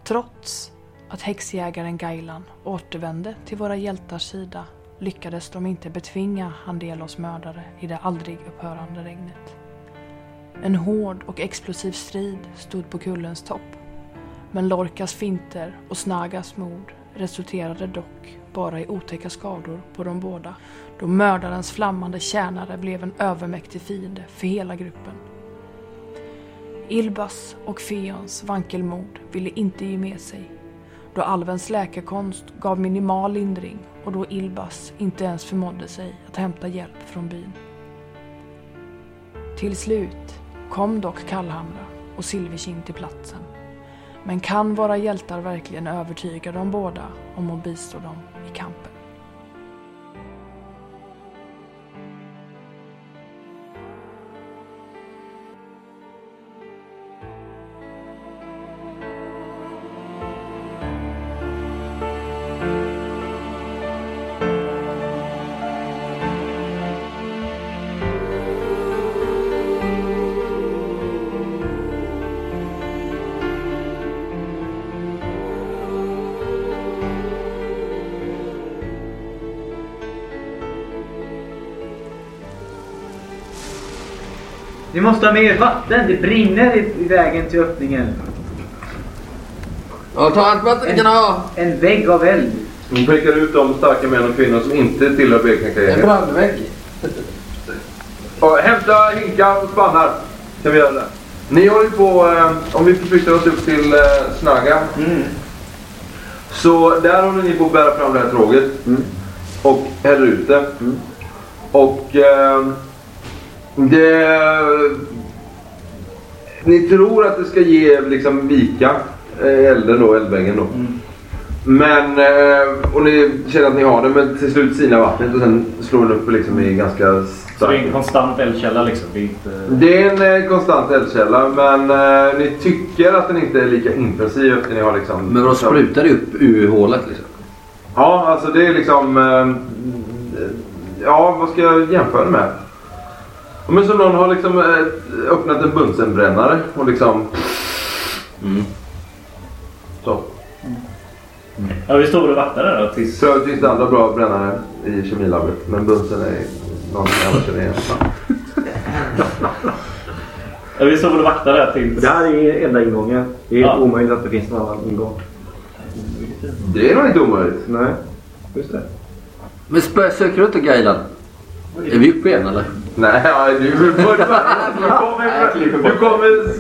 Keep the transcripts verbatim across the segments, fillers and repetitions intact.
Trots att häxjägaren Gailan återvände till våra hjältars sida lyckades de inte betvinga Handelos mördare i det aldrig upphörande regnet. En hård och explosiv strid stod på kullens topp, men Lorcas finter och Snagas mord resulterade dock bara i otäcka skador på de båda, då mördarens flammande tjänare blev en övermäktig fiende för hela gruppen. Ilbas och Feons vankelmod ville inte ge med sig, då alvens läkarkonst gav minimal lindring och då Ilbas inte ens förmådde sig att hämta hjälp från byn. Till slut kom dock Kallhamra och Silverkind till platsen. Men kan våra hjältar verkligen övertyga de båda om att bistå dem i kampen? Ni måste ha mer vatten, det brinner i, i vägen till öppningen. Ja, ta allt vatten ni kan ha. En vägg av eld. Ni pekar ut de starka män och kvinnor som inte tillhör Bekenkajen. En brandvägg. Ja, hämta hinkar och spannar. Kan vi göra det. Ni håller på, eh, om vi förflyttar oss upp till eh, Snaga. Mm. Så där håller ni på att bära fram det här tråget. Mm. Och häller ut det. Mm. Och eh, det... Ni tror att det ska ge liksom vika eh, elden då, eldväggen då. Mm. Men, eh, och ni känner att ni har det, men till slut sina vattnet och sen slår den upp liksom i ganska starkt. Så det är en konstant eldkälla liksom? Det är, inte... det är en eh, konstant eldkälla, men eh, ni tycker att den inte är lika intensiv efter ni har liksom... Men vad sprutar det upp ur hålet liksom? Ja, alltså det är liksom... Eh, ja, vad ska jag jämföra med? Men som någon har liksom eh, öppnat en bunsenbrännare och liksom... Mm. Så. Mm. Ja, vi står och vaktar där då tills... Så det finns det andra bra brännare i kemilabbet, men bunsen är någon som alla känner igen. Ja, vi står och vaktar där tills... Det här är enda ingången. Det är ja. omöjligt att det finns någon annan ingång. Det är nog inte omöjligt. Nej, just det. Men spö, söker du inte Gailan? Är vi uppe igen eller? Nej, ja, du, du, kommer, du kommer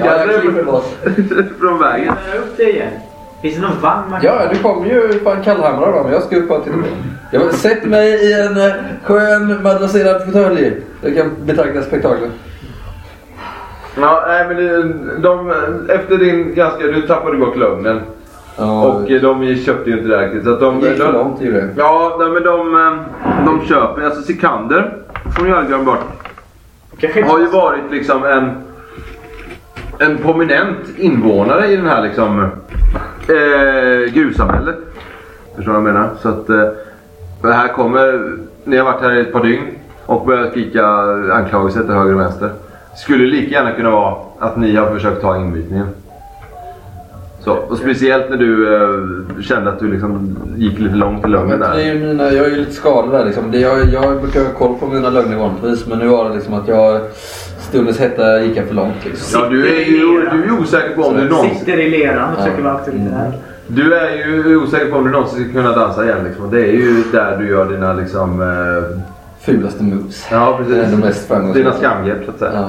skrika från vägen. Jag upp det igen. Finns det någon vagn man kan... Ja, du kommer ju fan Kallhamra då, men jag ska upp och till. Jag har sett mig i en uh, skön madrasserad fåtölj. Jag kan betrakta spektaklet. Ja, nej men det, de, efter din ganska, du tappade bort lögnen. Ja, och de köpte ju inte det riktigt. Så att de, det gick de, för långt ju det. Ja, nej, men de, de köper, alltså Sikander, får ni aldrig glömma bort. Har ju varit liksom en en prominent invånare i den här liksom eh, gruvsamhället. Förstår du vad jag menar? Så att eh, det här kommer, ni har varit här i ett par dygn och börjat skrika anklagelser till höger och vänster. Skulle lika gärna kunna vara att ni har försökt ta inbytningen. Så, och speciellt när du eh, kände att du liksom gick lite långt i lögnen där. Det är ju mina, jag är ju lite skadad där liksom. Det, jag, jag brukar ha koll på mina lögner vanligtvis, men nu var det liksom att jag stundens hetta gick jag för långt liksom. Ja, du är ju du är osäker på om du någonsin... Sitter i leran och försöker vara auktoritär. Du är ju osäker på om du någonsin ska kunna dansa igen liksom. Det är ju där du gör dina liksom... Eh... fulaste moves. Ja, precis. De mest framgångsrika. Dina skamgrepp så att säga. Ja.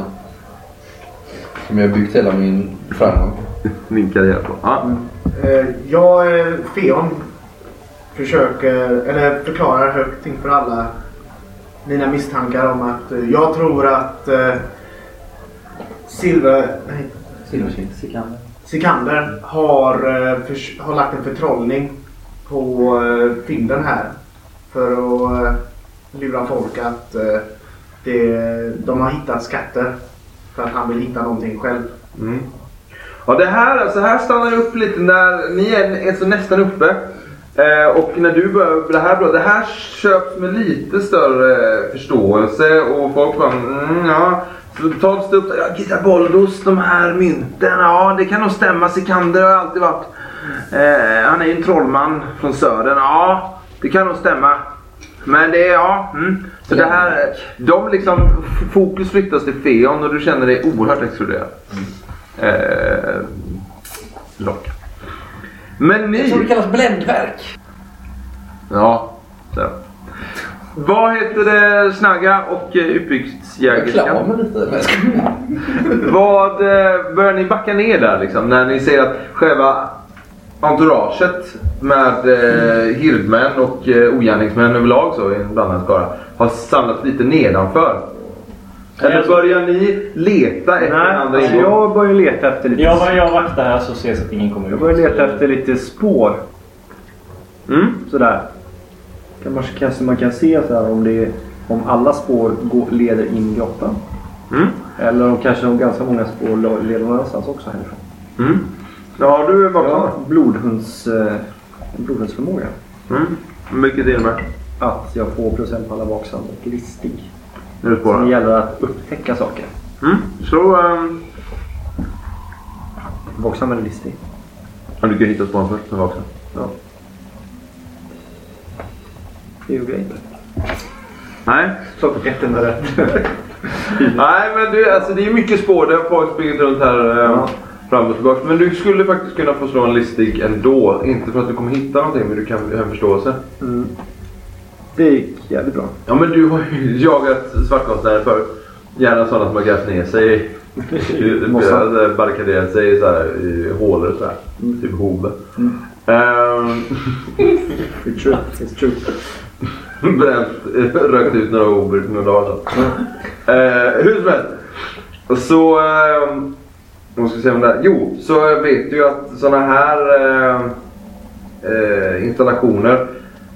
Som jag har byggt hela min framgång. Min karriär på. Ja. Mm. Jag, Feon, försöker, eller förklarar högt inför alla mina misstankar om att jag tror att uh, Silver... Nej. Silverkind. Sikander. Sikander har, uh, för, har lagt en förtrollning på uh, fynden här. För att uh, lura folk att uh, det, de har hittat skatter. För att han vill hitta någonting själv. Mm. Ja, det här, alltså här stannar jag upp lite när ni är, är så nästan uppe. Eh, och när du börjar det här bra, det här köps med lite större förståelse och folk bara, mm, ja. Så tals det upp, ja, Gitaboldos, de här mynten, ja det kan nog stämma. Sikander har alltid varit, eh, han är ju en trollman från södern, ja det kan nog stämma. Men det är, ja, mm. Så det här, de liksom, fokus flyttas till Feon och du känner dig oerhört exkluderad. Mm. Eh, lock. Men ni... Jag tror det kallas bländverk. Ja, så. Vad heter det, Snagga och uh, utbyggsjägerskan? Jag klarar mig lite. Vad uh, börjar ni backa ner där liksom? När ni ser att själva entouraget med uh, hirdmän och uh, ogärningsmän överlag så i en blandad skara har samlat lite nedanför. Eller börjar ni leta efter Nej, andra alltså ingång? jag börjar leta efter lite... Jag, jag vaktar här så ses att ingen kommer ut. Jag börjar leta efter lite spår. Mm. Sådär. Kanske, kanske man kan se så här om, det är, om alla spår går, leder in i grottan. Mm. Eller om kanske om ganska många spår leder någon annanstans också härifrån. Mm. Ja, du är vakna. Ja, blodhunds, eh, blodhundsförmåga. Mm. Hur mycket det innebär? Att jag får procent på alla vaksam och listig. Nu är det Så det spåren. gäller att upptäcka saker. Mm. Så... Um... Vaksam eller listig? Ja, du kan hitta spåren först med vaksam. Ja. Det är ju grejen. Nej. Så ett enda rätt. Nej, men du, alltså det är mycket spår där folk springer runt här eh, Ja. fram och tillbaka. Men du skulle faktiskt kunna få slå en listig ändå. Inte för att du kommer hitta någonting, men du kan ha en förståelse. Mm. Det gick jävligt bra. Ja, men du har ju jagat svartkonstnärer för gärna sådana som har grävt ner sig i Mossa. barrikaderat sig i, så här, i hålor och så här. Mm. Typ hove. Mm. Um, It's true. It's true. Bränt, rökt ut några ober för några dagar sedan. Uh, hur som helst. Så, uh, vad ska jag säga om det här? Jo, så vet du ju att sådana här uh, uh, installationer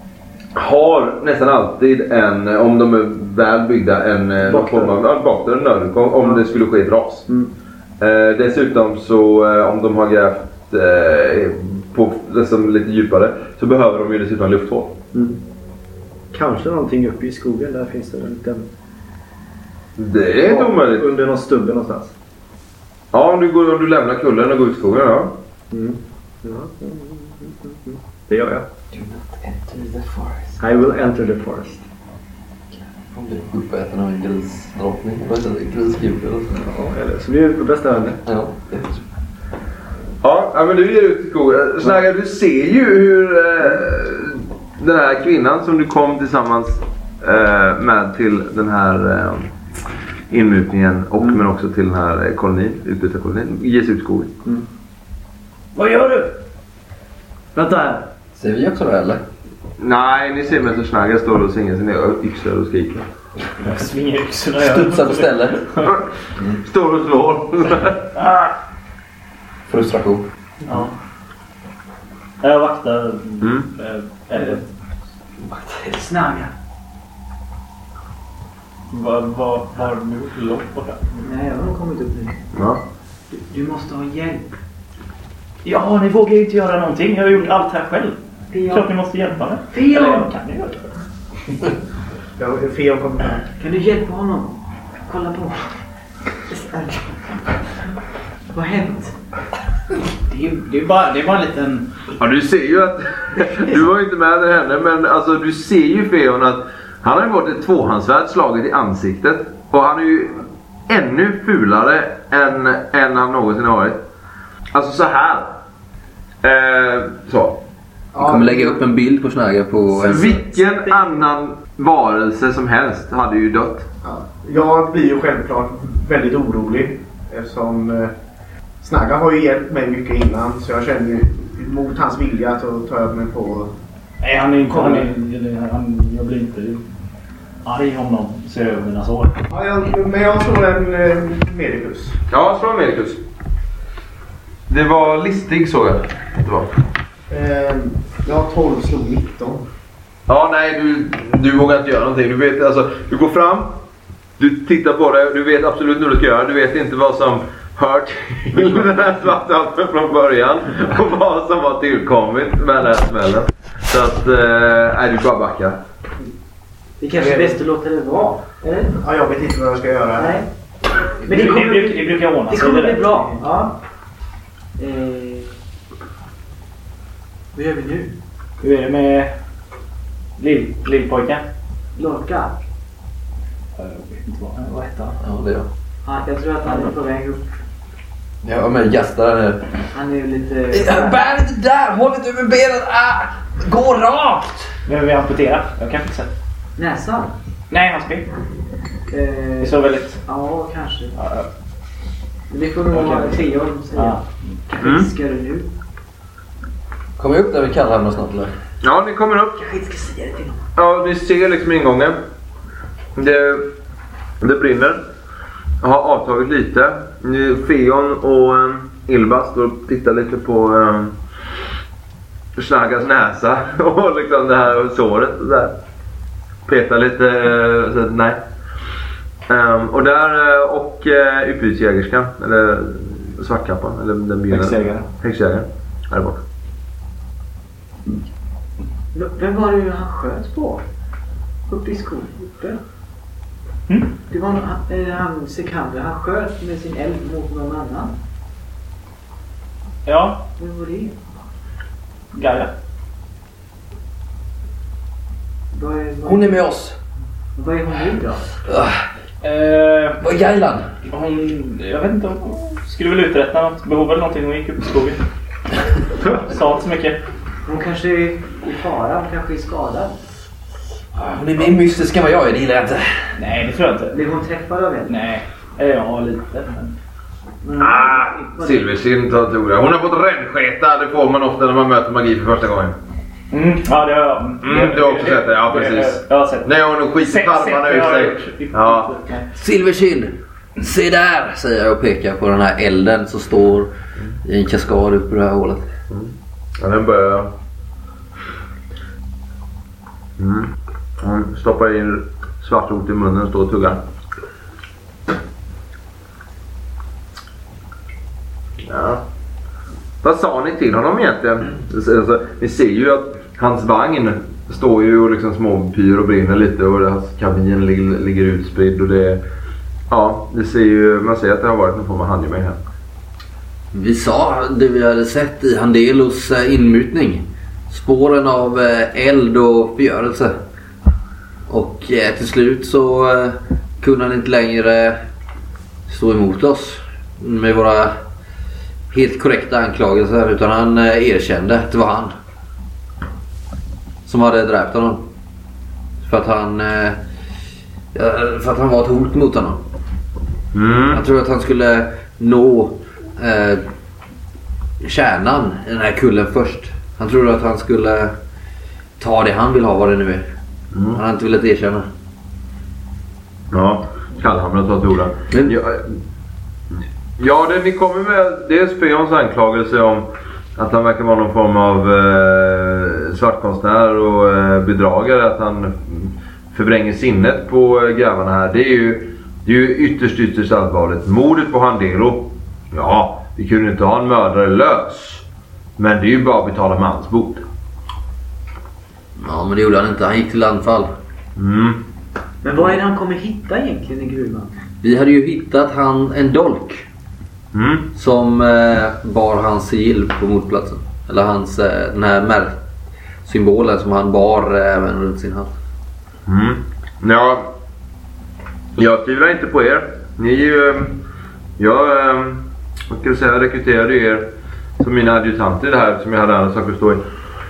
har nästan alltid en, om de är väl byggda, en någon form av bakdörr, en nödutgång om det skulle ske ett ras. Mm. Uh, dessutom så uh, om de har grävt uh, på liksom, lite djupare så behöver de ju dessutom lufthål. Mm. Kanske någonting uppe i skogen, där finns det en liten... Det är inte omöjligt. Under någon stubbe någonstans. Ja, om du, går, om du lämnar kullen och går ut i skogen, ja. Mm. Ja. Det gör jag. Do not enter the forest. I will enter the forest. Om blir uppäten av en grisdrottning. Vad heter det? Grisgud eller så. Ja, eller så blir det bästa vänner. Ja, det är så. Ja, ja, men du ger ut i skogen. Snagga, du ser ju hur eh, den här kvinnan som du kom tillsammans eh, med till den här eh, inmutningen och Mm. men också till den här eh, kolonin, utbytarkolonin, ges ut i skogen. Mm. Vad gör du? Vänta här. Ser vi också det eller? Nej, ni ser mig så Snagga står och svingar sig ner och yxar och skriker. Jag svingar yxorna. Studsar på stället. Står och slår. Frustration. Ja. Jag vaktar. Mm. Äh, eller, Snagga. vad vad var du långt borta? Nej, jag har nog kommit upp nu. Ja. Du, du måste ha hjälp. Ja, ni vågar ju inte göra någonting. Jag har gjort allt här själv. Feon. Klart ni måste hjälpa mig. Feon. Eller jag kan ju göra det. Ja, Feon kommer fram. Kan du hjälpa honom? Kolla på. Vad har hänt? Det är, det är bara, det är bara en liten... Ja, du ser ju att du var ju inte med med henne, men alltså du ser ju Feon att han har ju fått ett tvåhandsvärd slaget i ansiktet och han är ju ännu fulare än, än han någonsin har varit. Alltså så här. Eh, så. Vi kommer lägga upp en bild på Snagga på... Vilken annan varelse som helst hade ju dött. Ja. Jag blir ju självklart väldigt orolig eftersom eh, Snagga har ju hjälpt mig mycket innan, så jag känner ju mot hans vilja att ta över mig på... Nej, han är inte... Han är, eller, han, jag blir inte arg om någon ser över mina sår. Ja, jag, men jag slår en eh, medicus. Ja, slå en medikus. Det var listig såg jag. Det var. Eh, jag har tolv, slog nitton. Ja, nej, du, du vågar inte göra någonting. Du vet, alltså, du går fram, du tittar på det, du vet absolut hur du ska göra. Du vet inte vad som hört till den här svartalpen från början och vad som var tillkommit med den här smällen. Så att, eh, nej, du bara backar. Det kanske är bäst att låta det vara. Eller? Ja, jag vet inte vad jag ska göra. Nej. Men det, det, det, brukar, det brukar ordna sig. Det kommer bli bra. Ja. Eh, vad gör vi nu? Hur är det med lill, lillpojken? Lorca? Jag vet inte vad, vad heter han? Ja, det är jag. Ja, jag tror att han är på väg upp. Ja, men gästar där nere. Han är ju lite... Bär inte där! Håll inte över benet! Ah, gå rakt! Behöver vi amputera? Jag kan inte se. Näsan? Nej, han spel. Eh, det så väldigt... Ja, kanske. Ja, ja. Men det får nog vara Theon säga. Ja. Kanske ska du nu? Kommer vi upp där vi kallar honom snart eller? Ja, ni kommer upp. Jag inte ska säga det till honom. Ja, ni ser liksom ingången. Det, det brinner. Jag har avtagit lite. Theon och um, Ylva står och tittar lite på um, Snaggas näsa och liksom det här såret och där. Petar lite, uh, så nej. Um, och där uh, och uh, utbytesjägerskan eller svartkappan eller den byn. Häxjägaren. Häxjägaren. Här bort. Vem var det han sköt på? Uppe i skogen uppe. Mm. Det var han, eh, han Sikander, han sköt med sin eld mot någon annan. Ja. Vem var det? Gaia. Vad är, vad, Hon är med oss. vad är hon nu då? Eh, Vad är Gailan? hon, jag vet inte om hon skulle väl uträtta något. Behov eller någonting. Hon gick upp i skogen. Sa inte så mycket. Hon kanske är i fara, hon kanske är skadad. Hon är mer mystisk än vad jag är, det gillar jag inte. Nej, det tror jag inte. Blev hon träffad av eld? Nej. Ja, lite. Men... Men, Ah, vad- Silversind tror jag. Hon har fått rännsketa, det får man ofta när man möter magi för första gången. Mm, ja, det har jag. Mm, du har också sett det, ja precis. Jag har sett det. Nej, hon har skit i farmarna ur sig. Ja. Silverkind, se där, säger jag och pekar på den här elden som står i en kaskad uppe i det här hålet. Ja, den börjar... Mm. Hon stoppar in svartrot i munnen och står och tuggar. Ja. Vad sa ni till honom egentligen? Alltså, ni ser ju att hans vagn står ju och liksom småpyr och brinner lite och hans kabin ligger, ligger utspridd och det... Ja, det ser ju, man ser att det har varit någon form av handgemäng här. Vi sa det vi hade sett i Handelos eh, inmutning. Spåren av eh, eld och förgörelse. Och eh, till slut så eh, kunde han inte längre stå emot oss med våra helt korrekta anklagelser, utan han eh, erkände att det var han som hade dräpt honom. För att han eh, för att han var ett hot mot honom. Mm. Jag tror att han skulle nå eh, kärnan i den här kullen först. Han trodde att han skulle ta det han vill ha, vad det nu är. Mm. Han har inte velat erkänna. Ja, Kallhamra tar till orda. Men- Ja, ja det ni kommer med, det är Speons anklagelse om att han verkar vara någon form av eh, svartkonstnär och eh, bedragare. Att han förbränger sinnet på eh, grävarna här. Det är ju, det är ju ytterst, ytterst allvarligt. Mordet på Handelo. Ja, vi kunde inte ha en mördare lös. Men det är ju bara att betala mansbot. Ja, men det gjorde han inte. Han gick till anfall. Mm. Men vad är det han kommer hitta egentligen i gruvan? Vi hade ju hittat han en dolk Mm. som eh, bar hans sigill på mordplatsen. Eller hans, eh, den här märk symbolen som han bar eh, även runt sin hand. Mm. Ja, jag tvivlar inte på er. Ni är ju... Jag, eh, vad ska jag säga, rekryterade er som mina adjutanter i det här som jag hade andra saker att stå i.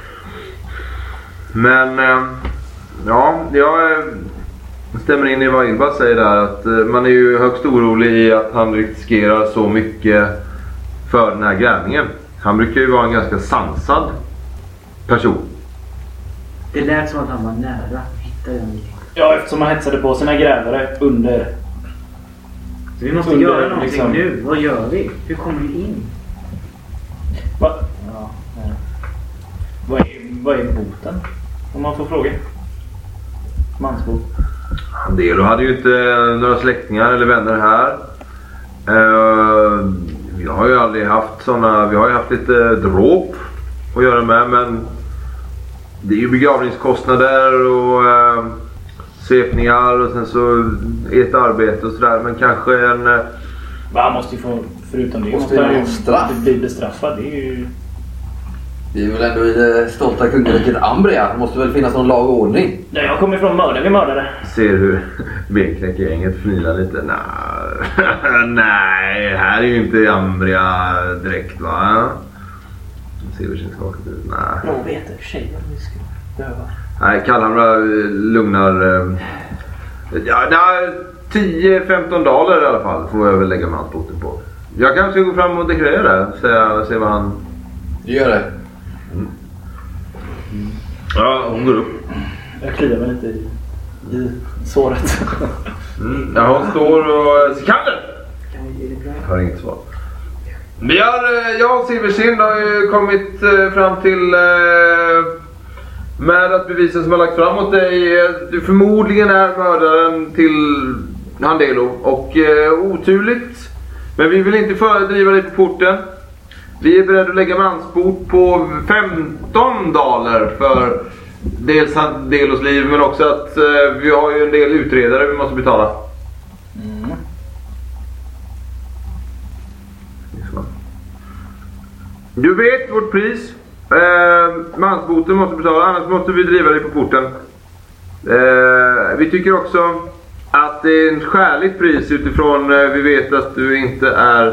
Men, eh, ja, jag eh, stämmer in i vad Ylva säger där. Att eh, man är ju högst orolig i att han riskerar så mycket för den här grävningen. Han brukar ju vara en ganska sansad person. Det lät som att han var nära. Hitta den. Ja, eftersom han hetsade på sina grävare under... Så vi måste Under, göra någonting liksom. nu. Vad gör vi? Hur kommer vi in? Va? Ja, nej. Vad, är, vad är boten? Om man får fråga. Mansbot. Handelo hade ju inte några släktingar eller vänner här. Uh, vi har ju aldrig haft såna, vi har ju haft lite dråp att göra med, men det är ju begravningskostnader och uh, svepningar och sen så ett arbete och sådär. Men kanske en... Man måste ju få, förutom det, Måste måste ju ju ha straff. bli bestraffad. Det är ju... Vi är väl ändå i det stolta kungariket Ambria. Det måste väl finnas någon lag och ordning. Där jag kommer ifrån mördare vi mördare. Ser hur benknäckargänget fnilar lite. Nej, nej, här är ju inte Ambria direkt, va? Silversin skakar ut. Nej. Jag vet i och för sig vad vi ska behöva. Nej, Kallhamra lugnar... eh, Ja, nej, tio femton dollar i alla fall får jag väl lägga mansboten på. Jag kanske ska gå fram och deklarera det. Se, se vad han... Gör det. Mm. Ja, hon går upp. Jag kliar mig lite i, i såret. Mm. Ja, hon står och... Sekander! Jag har inget svar. Vi har, jag och Silversin har ju kommit fram till... Med att bevisen som har lagt fram mot dig, du förmodligen är mördaren till Handelo. Och eh, oturligt. Men vi vill inte föredriva dig på porten. Vi är beredda att lägga mansbot på femton dollar för dels Handelos liv, men också att eh, vi har ju en del utredare vi måste betala. Mm. Du vet vårt pris. Eh, mansboten måste betala, annars måste vi driva dig på porten. Eh, vi tycker också att det är en skäligt pris utifrån eh, vi vet att du inte är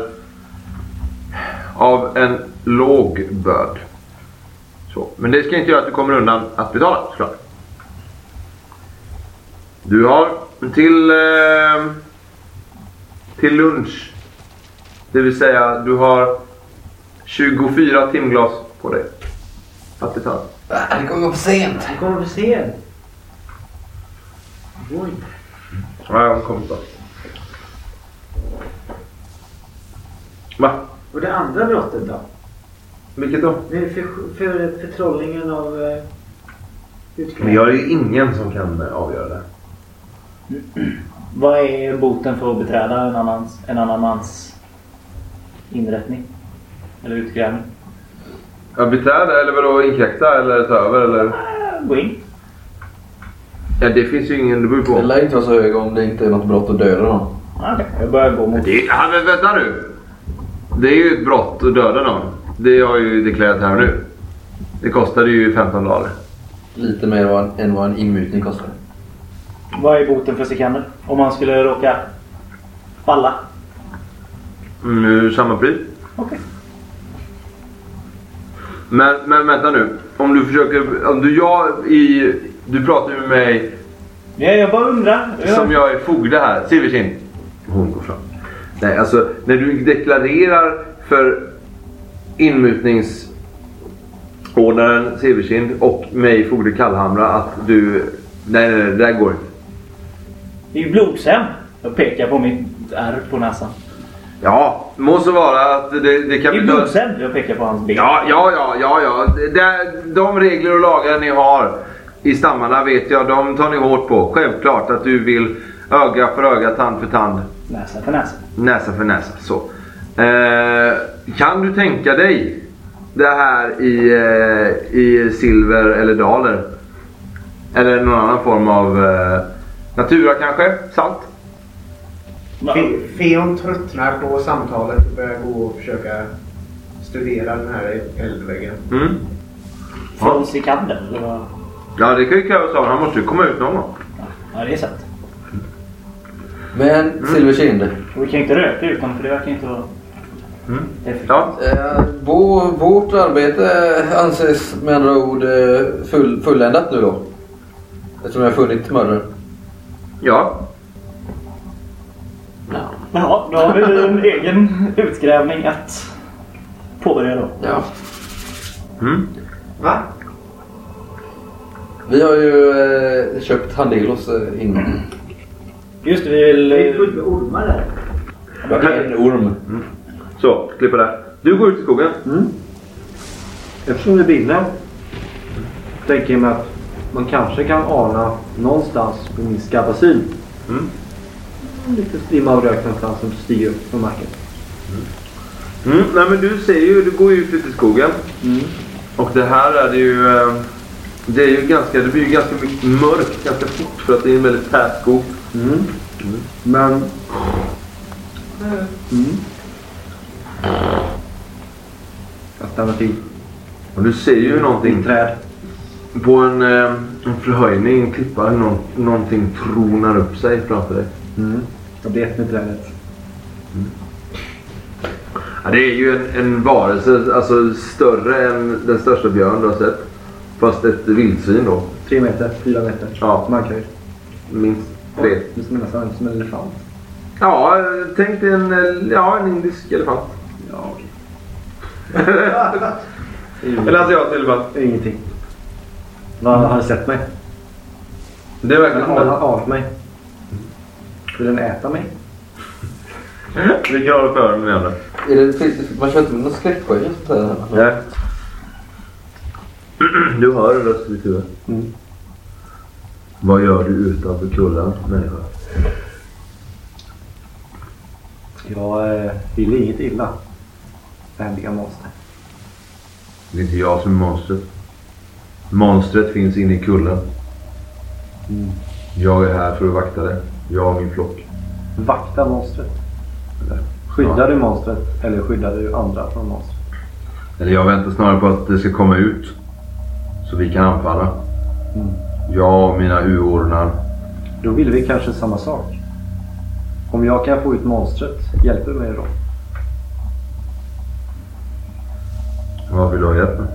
av en låg börd. Så. Men det ska inte göra att du kommer undan att betala, såklart. Du har till eh, till lunch, det vill säga du har tjugofyra timglas på dig att betala. Äh, det kommer gå för sent. Det kommer för sent. Oj. Ja, hon kommer då. Va? Och det andra brottet då? Vilket då? Det är för, för förtrollningen av uh, Men jag är ju ingen som kan uh, avgöra det. Vad är boten för att beträda en, annans, en annan mans inrättning? Eller utgrävning? Ja, beträda eller vadå, inkräkta eller ta över eller? Gå in. Ja, det finns ju ingen, det beror på. Det lär inte vara så hög om det inte är något brott att döda någon. Okej, okay. Jag börjar gå mot... Det, ja, men vänta nu. Det är ju ett brott att döda någon. Det har jag ju deklarerat här nu. Det kostade ju femton dollar. Lite mer vad en, än vad en inmutning kostar. Vad är boten för Sekander? Om man skulle råka falla? Mm, nu samma pris. Okej. Okay. Men, men vänta nu. Om du försöker... Om du, jag i, du pratar med mig... Ja, jag bara undrar. Ja. Som jag är fogde här. Silversin. Hon går fram. Nej, alltså när du deklarerar för inmutningsordnaren Silversin och mig fogde Kallhamra att du... Nej, nej, nej, det där går inte. Det är ju blodshämnd. Jag pekar på mitt ärr på näsan. Ja, måste vara att det, det kan... Det är blodshämnd. Jag pekar på hans ben. Ja, ja, ja, ja, ja. Det, de regler och lagar ni har i stammarna vet jag, de tar ni hårt på. Självklart att du vill öga för öga, tand för tand. Näsa för näsa. Näsa för näsa, så. Eh, kan du tänka dig det här i, eh, i silver eller daler? Eller någon annan form av eh, natura kanske? Salt? Fe- Feon tröttnar på samtalet och börjar gå och försöka studera den här eldväggen. Mm. Från ja. Sekander, eller vad? Ja, det kan ju krävas av. Han måste ju komma ut någon gång. Ja, det är sant. Men mm. Silverkind. Och vi kan inte röka utan för det verkar inte vara... Mm. Ja. Eh, vår, vårt arbete anses med andra ord full, fulländat nu då. Eftersom jag har funnit mördaren. Ja. Ja. Ja, då har vi en egen utgrävning att påbörja då. Ja. Mm. Va? Vi har ju eh, köpt Handelos eh, in. Just det, vi vill... Det är fullt med ormar där. Ja, det är en orm. Mm. Så, klippa där. Du går ut i skogen. Mm. Eftersom det brinner tänker jag mig att man kanske kan ana någonstans på min skabbasin. Mm. En liten strimma av rök någonstans som stiger upp från marken. Mm. Mm. Nej, men du ser ju, du går ju ut i skogen. Mm. Och det här är det ju... Eh, Det är ju ganska, det blir ju ganska mycket mörkt ganska fort för att det är en väldigt tät skog. Mm. Mm. Men... Mm. Jag stannar till. Och du ser ju någonting. Träd. På en, eh, en förhöjning, en klippa, någon, någonting tronar upp sig framför dig. Mm. Jag vet med trädet. Mm. Ja, det är ju en, en varelse, alltså större än den största björn du har sett. Fast ett vildsvin då. Tre meter, fyra meter. Ja. Markhöjd. Minst tre. Det som är nästan som en elefant. Ja, tänk dig en, ja, en indisk elefant. Ja, okej. Eller asiatisk elefant. Ingenting. Vad har han sett mig? Det är verkligen Han har av mig. Vill den äta mig? Vi kan hålla för med andra. Är det, finns det, man kör inte med någon skräcksjö just där? Nej. Du hör en röst i ditt huvud. Mm. Vad gör du utanför kullen, människa? Jag eh, vill inget illa. Vänliga monster. Det är inte jag som är monstret. Monstret finns inne i kullen. Mm. Jag är här för att vakta det. Jag och min flock. Vakta monstret. Eller skyddar Ja. du monstret eller skyddar du andra från monstret? Eller jag väntar snarare på att det ska komma ut. Så vi kan anfalla. Mm. Jag och mina uordnar. Då vill vi kanske samma sak. Om jag kan få ut monstret, hjälper du mig då? Vad vill du ha hjälp med?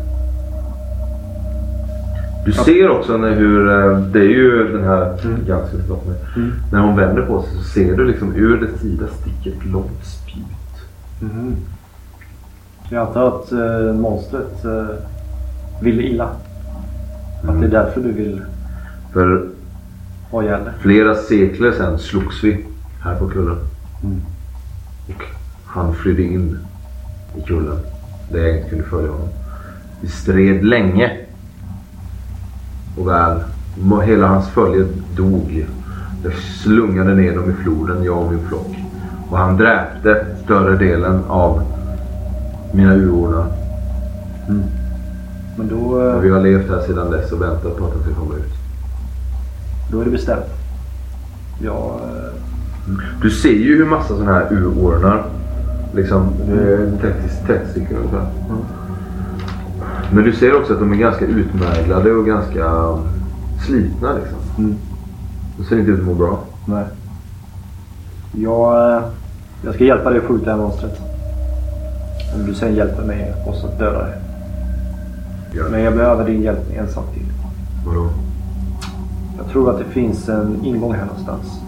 Du ser också när hur, det är ju den här Mm. ganska förlåt mig. Mm. När hon vänder på sig så ser du liksom ur dess sida sticker ett långt spjut. Mm. Jag antar att äh, monstret äh, vill illa. Mm. Att det är därför du vill För ha ihjäl det. flera sekler sedan slogs vi här på kullen. Mm. Och han flydde in i kullen. Där jag inte kunde följa honom. Vi stred länge. Och väl, hela hans följe dog. Jag slungade ner dem i floden, jag och min flock. Och han dräpte större delen av mina uordnar. Mm. Men då, Och äh, vi har levt här sedan dess och väntat på att han ska komma ut. då är det bestämt. Jag... Äh, Du ser ju hur massa sådana här uordnar. Liksom, det är trettio, trettio stycken ungefär. Mm. Men du ser också att de är ganska utmärglade och ganska slitna liksom. Mm. De ser inte ut att må bra. Nej. Jag, äh, jag ska hjälpa dig att få ut det här monstret. Om du sen hjälper mig oss att döda det. Gör det. Men jag behöver din hjälp med en sak till. Vadå? Jag tror att det finns en ingång här någonstans.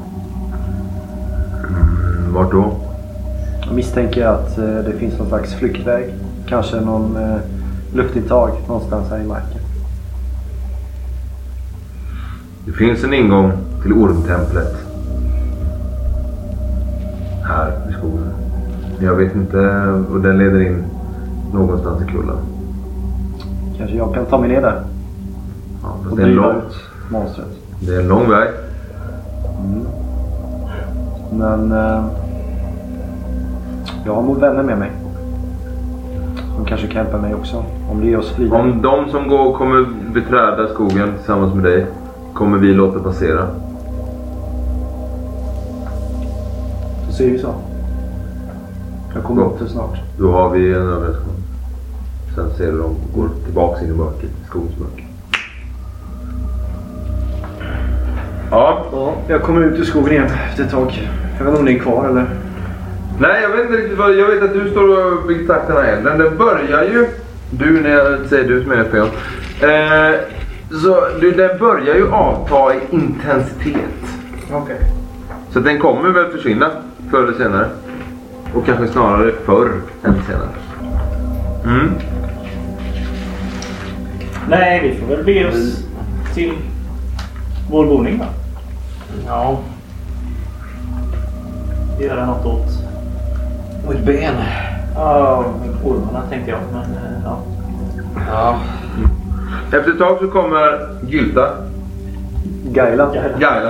Mm, vart då? Jag misstänker att eh, det finns någon slags flyktväg. Kanske någon eh, luftintag någonstans här i marken. Det finns en ingång till ormtemplet. Här i skogen. Jag vet inte, och den leder in någonstans i kullen. Kanske jag kan ta mig ner där Ja, fast och det, är en driva lång, ut monstret. det är en lång väg. Mm. Men eh, jag har nog vänner med mig. De kanske kan hjälpa mig också. Om det är oss fria. Om de som går kommer beträda skogen tillsammans med dig kommer vi låta passera. Så ser vi så. Jag kommer Gott. upp till snart. Då har vi en överenskommelse. Sen ser du dem går tillbaka in i mörkret, i skogens mörker. Ja. Ja, jag kommer ut ur skogen igen efter ett tag. Jag vet inte om ni är kvar eller? Nej, jag vet inte riktigt vad... Jag vet att du står och bygger takt den här elden. Den börjar ju... Du, när jag säger du som är fel. Eh, så du, den börjar ju avta i intensitet. Okej. Okay. Så den kommer väl försvinna förr eller senare. Och kanske snarare förr än senare. Mm. Nej, vi får väl be oss till vår boning då. Ja. Göra något åt. Och ett ben. Ja, ormarna tänkte jag. Men eh, ja. Ja. Efter ett tag så kommer Gylta. Gaila. Gaila.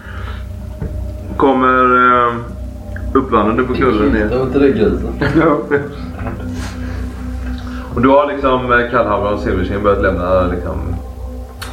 Kommer eh, uppvandrande på kullen ner. Det var inte det grisen. Och då har liksom Kallhavra och Silversen börjat lämna liksom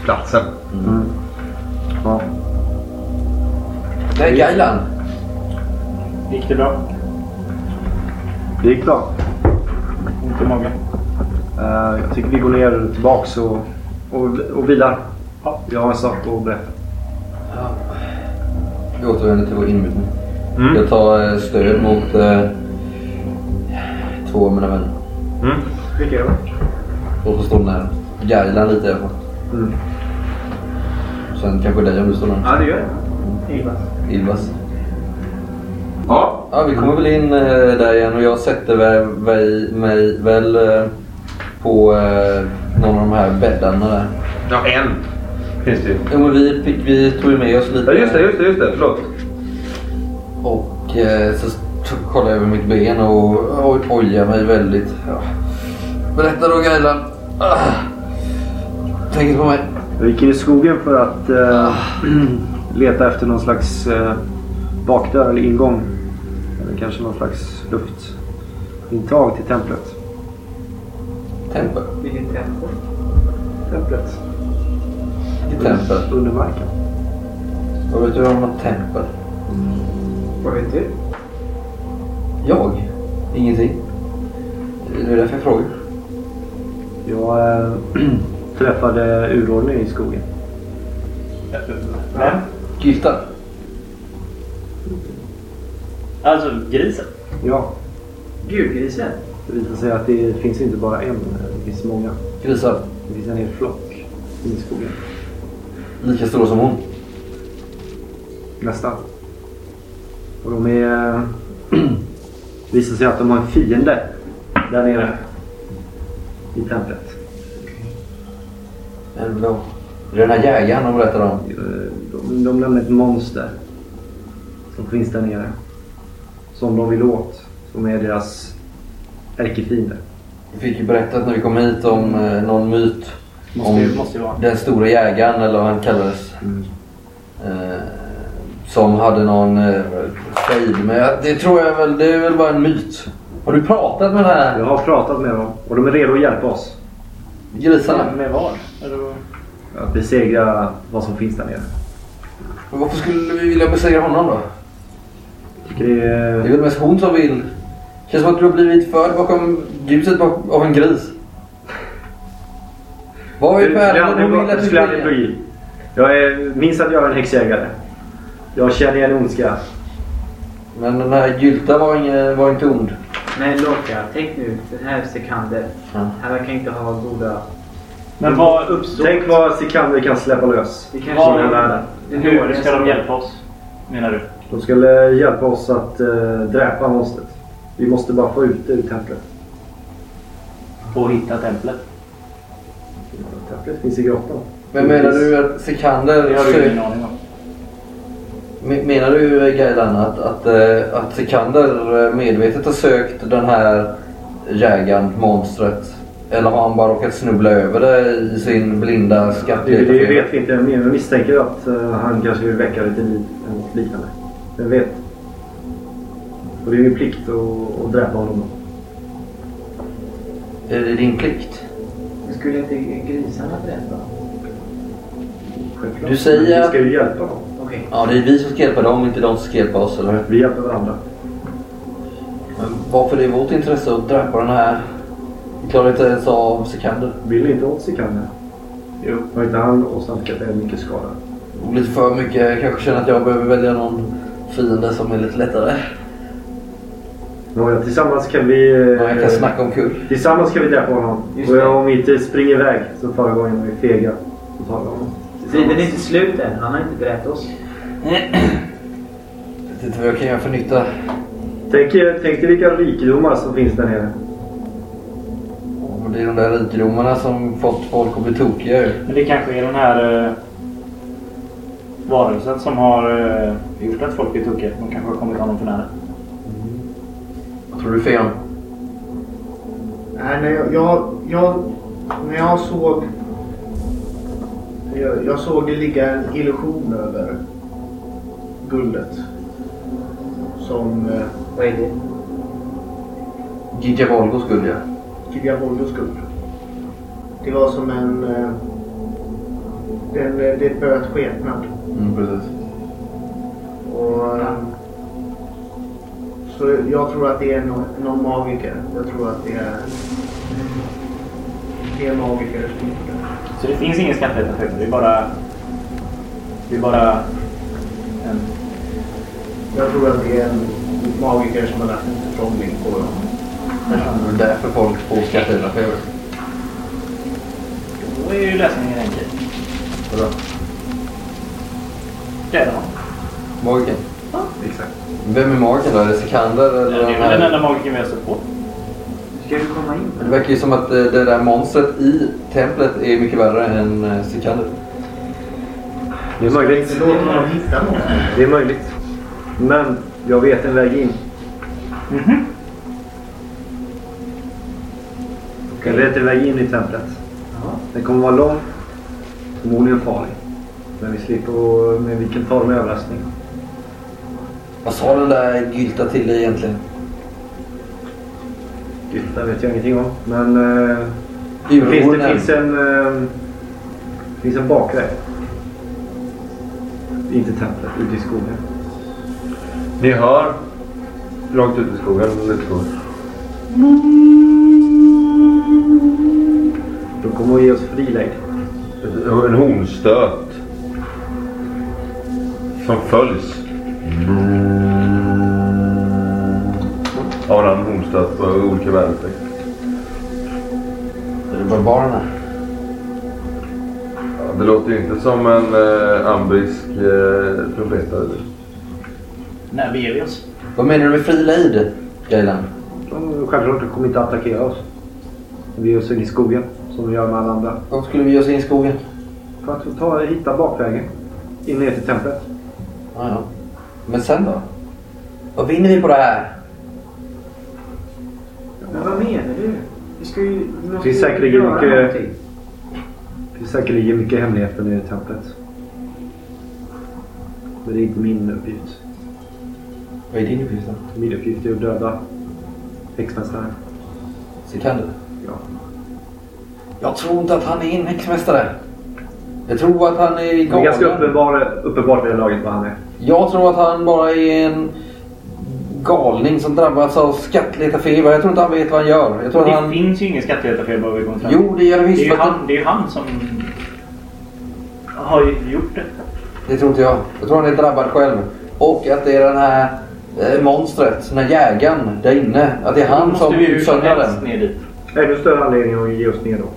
platsen. Mm. Ja. Det är Gailan. Gick det bra? Det gick bra. Ont i magen? Uh, jag tycker vi går ner tillbaks och, och, och vilar. Ja. Jag har en sak att berätta. Ja. Vi återvänder till vår inmutning. Mm. Jag tar eh, stöd mot eh, två av mina vänner. Mm. Vilka är det? Och så står nära. Gailan lite i alla fall. Mm. Sen kanske dig om du står nära. Ja, det gör det. Ilvas. Ilvas. Ja. Ja, vi kommer väl in eh, där igen och jag sätter väl, väl, mig väl eh, på eh, någon av de här bäddarna där. Ja, en finns det ju. Ja, men vi, fick, vi tog ju med oss lite. Ja, just det, just det, just det. Förlåt. Och eh, så t- kollade jag över mitt ben och, och ojar mig väldigt. Ja. Berätta då Gailan. Ah. Tänk inte på mig. Jag gick in i skogen för att eh, leta efter någon slags eh, bakdörr eller ingång. Eller kanske någon slags luftintag till templet. Tempel? Vilket tempel? Templet. Vilket tempel? Under marken. Vad vet du om något tempel? Vad vet du? Jag? Ingenting. Det är därför jag frågar. Jag äh, träffade urordningen i skogen. Vem? Gylta? Alltså grisen? Ja, Gudgrisen? det visar sig att det finns inte bara en, det finns många. Grisar? Det finns en hel flock i skogen. Lika stora som hon? Nästan. Och de är... Det visar sig att de har en fiende där nere i templet. Men då? Det är den här jägaren de berättar om. De, de nämner ett monster som finns där nere. Som de vill åt. Som är deras ärkefiende. Vi fick ju berättat när vi kom hit om eh, någon myt. Måste om ju, måste ju vara. den stora jägaren eller vad han kallades. Mm. Eh, som hade någon eh, fejd. Men det tror jag väl, det är väl bara en myt. Har du pratat med den här Jag har pratat med dem och de är redo att hjälpa oss. grisarna? Med, med vad? Eller... Att besegra vad som finns där nere. Men varför skulle vi vilja besegra honom då? Det är... Det är väl mest hon som vill. Känns som att du har blivit förd bakom ljuset av en gris. Vad är pärlan du vill att du ska göra? Jag är, minns att jag är en häxjägare. Jag känner en ondska. Men den här Gylta var, ingen, var inte ond. Men Lorca, tänk nu, den här Sekander. Ja. Han verkar inte ha goda... Men vad uppstår? Tänk vad Sekander kan släppa lös. Det Vad- kanske är världen. den Hur hårda ska de som- hjälpa oss? Menar du? De skulle hjälpa oss att uh, dräpa monstret. Vi måste bara få ut det ur templet. Och hitta templet? Templet finns i grottan. Men menar du att Sekander... Det har du ingen aning om. Men- Menar du Gailan att, att, eh, att Sekander medvetet har sökt den här jägaren, monstret? Eller har han bara råkat snubbla över det i sin blinda Det, skattletare? det vet vi inte. Jag misstänker att uh, han kanske vill väcka det till liv eller något liknande. Vem vet? Och det är min plikt att, att dräpa honom. Är det din plikt? Skulle inte grisarna berätta? Självklart. Du säger Men vi att- ska ju hjälpa dem. Okej. Ja, det är vi som ska hjälpa dem, inte de som ska hjälpa oss, eller hur? Vi hjälper varandra. Men varför är det vårt intresse att dräpa den här? Vi klarar inte ens av Sekander. Vill inte åt Sekander. Jo. Har inte han åsamkat er mycket skada? Och lite för mycket. Jag kanske känner att jag behöver välja någon fiende som är lite lättare. Nåja, tillsammans kan vi... Man kan eh, snacka om kul. Tillsammans kan vi dräpa honom. Just Och det. jag, om vi inte springer iväg så förra gången vi är fega. Så tar vi honom. Tiden är inte slut än. Han har inte dräpt oss. Jag vet inte vad jag kan göra för nytta. Tänk, tänk dig vilka rikedomar som finns där nere. Och det är de där rikedomarna som fått folk att bli tokiga ju. Men det kanske är den här uh, varelsen som har uh, gjort att folk är tokiga. De kanske har kommit honom för nära. Vad tror du fel? Nej, när jag, jag, jag, när jag såg... Jag, jag såg det ligga en illusion över guldet. Som eh, Vad är det? Gigi Volgos guld, ja. Gigavoldos guld. Det var som en... Eh, Det är en, det är ett böt skepnad. Mm, precis. Och, så jag tror att det är någon, någon magiker. Jag tror att det är, det är en magiker som gjort det. Så det finns ingen skattletare, det är bara... Det är bara... En... Jag tror att det är en magiker som har lagt en förtrollning på dem. Det är därför folk får skatteletare. Då är ju lösningen enkel. Vadå? Det är det. Magiken? Ja. Exakt. Vem är magiken då? Är det Sikander? Eller Det är väl den enda magiken vi har stött på. Ska du komma in? Det verkar ju som att det det där monstret i templet är mycket värre än Sikander. Det är möjligt. Det låter man hitta någon. Det är möjligt. Men jag vet en väg in. Mhm. Jag vet en väg in i templet. Den kommer vara lång. Förmodligen farlig. Men vi slipper, men vi kan ta dem i överraskning. Vad sa den där Gylta till dig egentligen? Gylta vet jag ingenting om. Men eh, Jo, finns det den- finns en, eh, finns en bakväg. Inte templet, ute i skogen. Ni hör långt ut i skogen. Lite skogen. De kommer att ge oss frilejd. En hornstöt. Som följs. Av en hornstöt på olika väderstreck. Är det barbarerna? Ja, det låter ju inte som en eh, ambrisk eh, trumpetare. När beger vi oss? Vad menar du med fri lejd, Gailan? De självklart kommer inte att attackera oss. Vi ger oss in i skogen, som vi gör med alla andra. Varför skulle vi ge oss in i skogen? För att ta, hitta bakvägen. In ner till templet. Ja, ja. Men sen då? Vad vinner vi på det här? Men vad menar du? Vi ska ju... Vi Det måste finns ju säkerligen göra mycket, någonting. det finns säkerligen mycket hemligheter nere i templet. Men det är inte min uppgift. Vad är din uppgift då? Min uppgift är att döda häxmästaren. Sikander? Ja. Jag tror inte att han är en häxmästare. Jag tror att han är Det är galen. ganska uppenbar, uppenbart vid det laget vad han är. Jag tror att han bara är en galning som drabbats av skattletarfeber. Jag tror inte han vet vad han gör. Jag tror Det att han... finns ju ingen skattletarfel vad vi kommer fram. Jo, det gör det det visst. är ju för att han, det är ju han som har ju gjort det. Det tror inte jag. Jag tror han är drabbad själv. Och att det är den här eh, monstret, den här jägaren där inne. Att det är han som utsöndrar den. ner dit. Är det större anledning att ge oss ner då?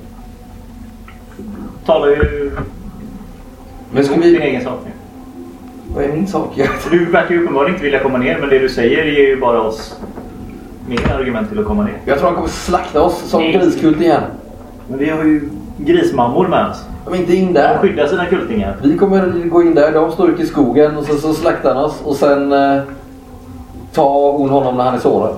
Talar ju Men ska emot vi... din egen sak nu. Vad är min sak? Jag... Du verkar ju uppenbarligen inte vilja komma ner, men det du säger ger ju bara oss mer argument till att komma ner. jag tror han kommer slakta oss som Nej. griskult igen. Men vi har ju grismammor med oss. De är inte in De där. skyddar sina kultingar. Vi kommer gå in där, de står ute i skogen och så, så slaktar han oss och sen eh, tar hon honom när han är sårad.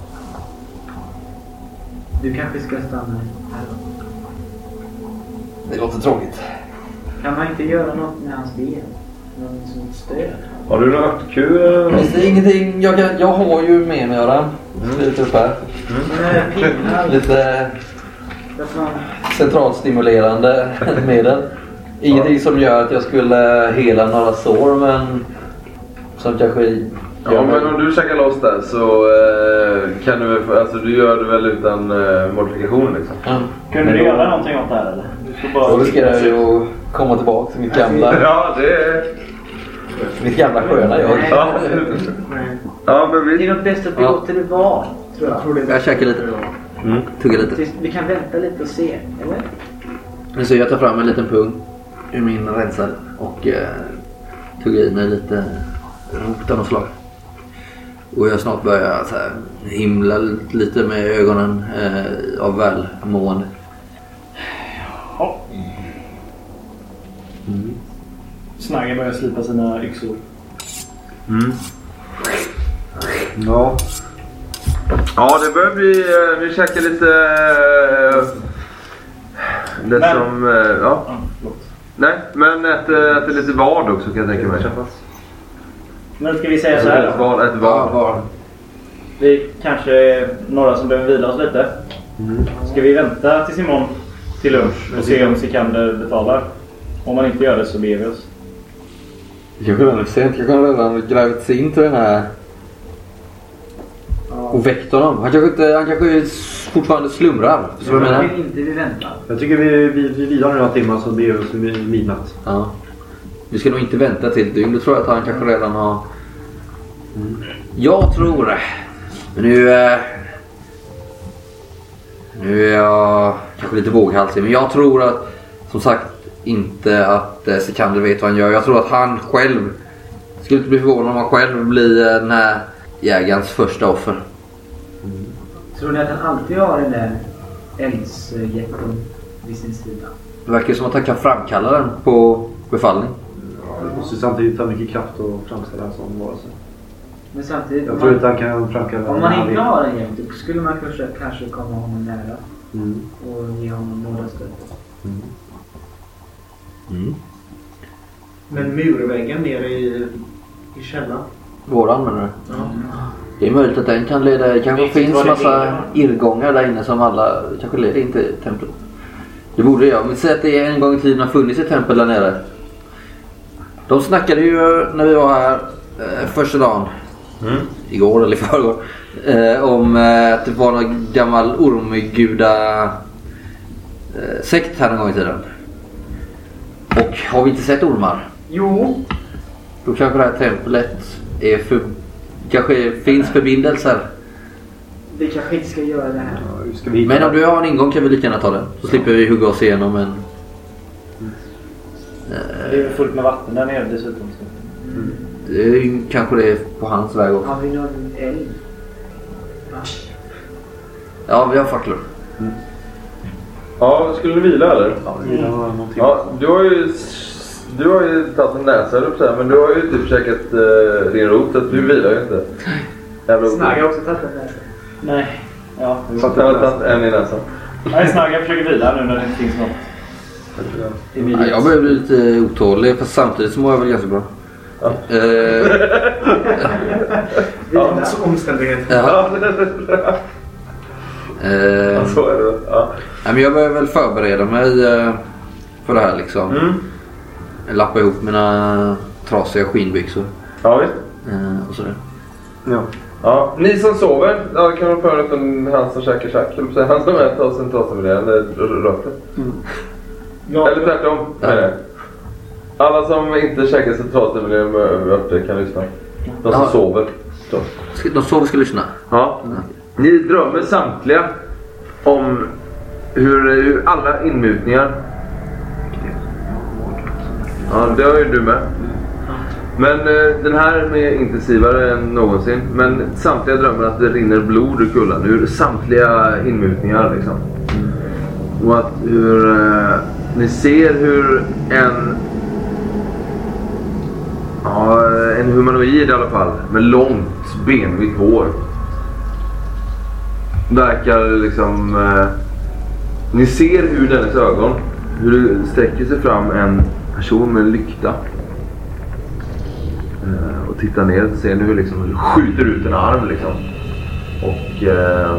Du kanske ska stanna här då. Det låter tråkigt. Kan man inte göra något med hans ben? Någon som stöd? Har du någon örtkur? Finns det ingenting? Jag, kan, jag har ju med mig Göran. Lite upp här. Men äh, pinnar. Lite Varför man... centralstimulerande medel. Ingenting som gör att jag skulle hela några sår, men som kanske gör Ja, mig- men om du käkar loss där så eh, kan du väl, alltså du gör det väl utan eh, modifikation liksom. Ja. Kunde Men du då- göra någonting åt det här eller? Du ska bara... Då riskerar jag ju att komma tillbaka till mitt gamla, Ja, det är... mitt gamla sköna jag. Ja, Nej. ja men Det vi... är nog bäst att vi låter det vara. Tror jag. Jag tror det är Jag käkar lite. Mm. Tugga lite. Tills- Vi kan vänta lite och se. Eller? Men så jag tar fram en liten pung ur min rensare och eh, tuggar i mig lite rot av något slag. Och jag snart börjar så här, himla lite med ögonen eh, av välmående. Ja. Snaggen börjar slipa sina yxor. Mm. Ja. Ja, det börjar bli... eh, Vi käkar lite... eh, Det Men- som... eh, Ja. Ja, förlåt. Nej, men äter, äter lite vad också kan jag tänka mig. Men ska vi säga så här Ett då? vad, ett vad. var. Vi kanske är några som behöver vila oss lite. Ska vi vänta tills imorgon till lunch och se om Sikander betalar? Om man inte gör det så ber vi oss. Det kanske redan är sent. Jag kan redan grävt sig in till den här och väckt honom. Han kanske, inte, han kanske fortfarande slumrar. Så Jag menar vill inte vi väntar. Jag tycker vi, vi, vi vilar några timmar så blir det midnatt. Ja. Vi ska nog inte vänta till dygn. Då tror jag att han kanske redan har... Mm. Jag tror... Men nu... Eh, nu är jag kanske lite våghalsig. Men jag tror att... Som sagt inte att eh, Sikander vet vad han gör. Jag tror att han själv... Skulle inte bli förvånad om han själv blir den här jägarens första offer. Mm. Tror ni att han alltid har den där eldsjätten vid sin sida? Det verkar som att han kan framkalla den på befallning. Ja, det måste samtidigt ta mycket kraft att framställa en sån varelse. Men samtidigt... Jag tror inte han kan framkalla... Om man inte har en jämt, då skulle man kanske, kanske komma honom nära. Mm. Och ge honom nådastöd. Mm. Mm. Men murväggen nere i, i källaren. Våran menar du? Ja. Det är möjligt att den kan leda... Det kanske Det finns var massa det irrgångar där inne som alla kanske leder in till templet. Det borde jag. Men säg att det en gång i tiden har funnits ett tempel där nere. De snackade ju när vi var här eh, första dagen. Mm. Igår eller i förrgår. Eh, om eh, att det var någon gammal ormguda eh, sekt här en gång i tiden. Och har vi inte sett ormar? Jo. Då kanske det här templet är för... Kanske finns förbindelser. Vi kanske inte ska göra det här. Ja, ska vi Men om du har en ingång kan vi lika gärna ta den. Så slipper vi hugga oss igenom en... Mm. Det är fullt med vatten där nere dessutom. Mm. Det är ju, kanske det är på hans väg också. Har vi någon eld? Va? Ja, vi har facklor. Mm. Ja, skulle du vila eller? Ja, vi vilar någonting. Ja, du har ju... Du har ju tagit en näsa upp så här, men du har ju typ käkat uh, din rot så att du vilar ju inte. Snaggar har också tagit en näsa. Nej. Ja. Jag har tagit en i näsan. Nej, Snaggar försöker vila nu när det inte finns något. Ja, jag börjar bli lite otålig fast samtidigt så mår jag väl ganska bra. Ja. Uh, ja. Så omständighet. Ja. Uh, ja, så är det. Ja. Men jag börjar väl förbereda mig uh, för det här liksom. Mm. Lappa ihop mina trasiga skinbyxor. Ja, visst. Uh, och sådär. Ja. Ja, ni som sover, ja, kan man föra upp en han som käkar käk. Han som äter oss en trasamiljö, röker. Mm. Ja. Eller tvärtom. Ja. Alla som inte käkar sig trasamiljö med örter kan lyssna. De som ja. sover. Så. De sover ska lyssna. Ja. Mm. Ni drömmer samtliga om hur, hur alla inmutningar. Ja, det har ju du med. Men eh, den här är mer intensivare än någonsin. Men samtliga drömmer att det rinner blod ur kullen. Ur samtliga inmutningar liksom. Mm. Och att hur eh, ni ser hur en ja, en humanoid i alla fall med långt benvitt hår verkar liksom eh, ni ser ur dennes ögon hur det sträcker sig fram en person med en lykta. Uh, och tittar ner och ser nu hur liksom, hur skjuter ut en arm liksom. Och, uh,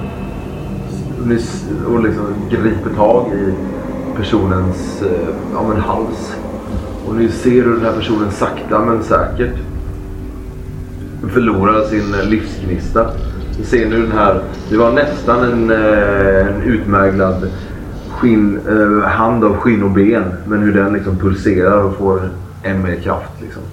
och liksom griper tag i personens uh, ja, men hals. Och ni ser hur den här personen sakta men säkert förlorar sin livsgnista. Ni ser nu den här, det var nästan en, uh, en utmärglad skinn, uh, hand av skinn och ben. Men hur den liksom pulserar och får än mer kraft liksom.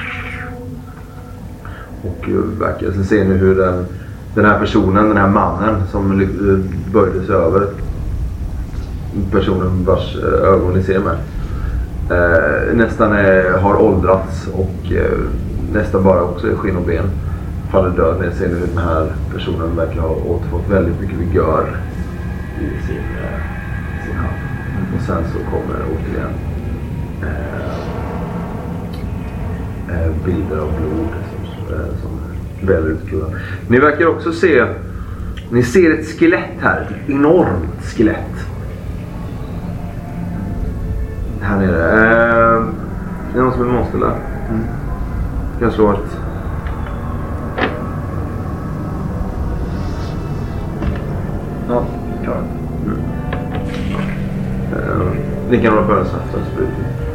Och verkar, sen ser ni hur den, den här personen, den här mannen som böjde sig över personen vars ögon ni ser med eh, nästan är, har åldrats och eh, nästan bara också är skinn och ben faller död. Ni ser ni hur den här personen verkar ha återfått väldigt mycket vigör i sin, eh, sin hand. Och sen så kommer återigen eh, eh, bilder av blod som väller ut. Ni verkar också se, ni ser ett skelett här, ett enormt skelett här nere. Eh, det är någon som är monster där. Mm. Jag slå ett ja, klart. Mm. Eh, ni kan hålla på en saft och sprut.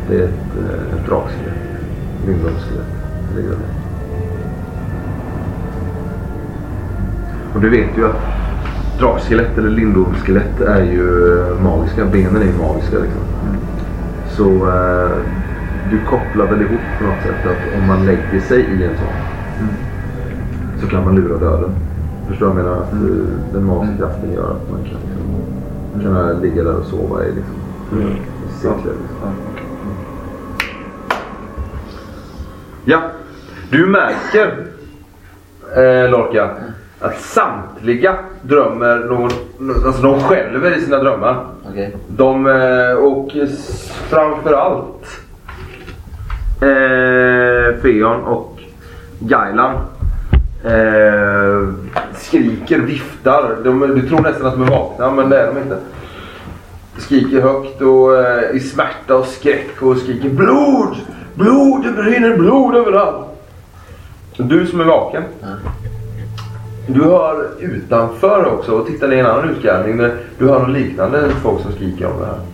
Det är ett, ett drakskelett. Lindormsskelett. Det ligger där. Och du vet ju att drakskelett eller lindormsskelett är ju magiska. Benen är ju magiska liksom. Mm. Så eh, du kopplar väl ihop på något sätt att om man lägger sig i en sån mm. så kan man lura döden. Förstår jag menar att mm. den magiska kraften gör att man kan liksom, kan ligga där och sova i liksom. Mm. Cirklar, liksom. Ja, du märker eh, Lorca att samtliga drömmer någon, alltså de själva i sina drömmar. Okay. De och framförallt eh, Feon och Gailan eh, skriker, viftar. De, du tror nästan att de är vakna, men det är de inte. Skriker högt och eh, i smärta och skräck och skriker blod! Blod! Det brinner blod överallt! Du som är vaken. Mm. Du hör utanför också och tittar i en annan utgärning där du hör något liknande folk som skriker om det här.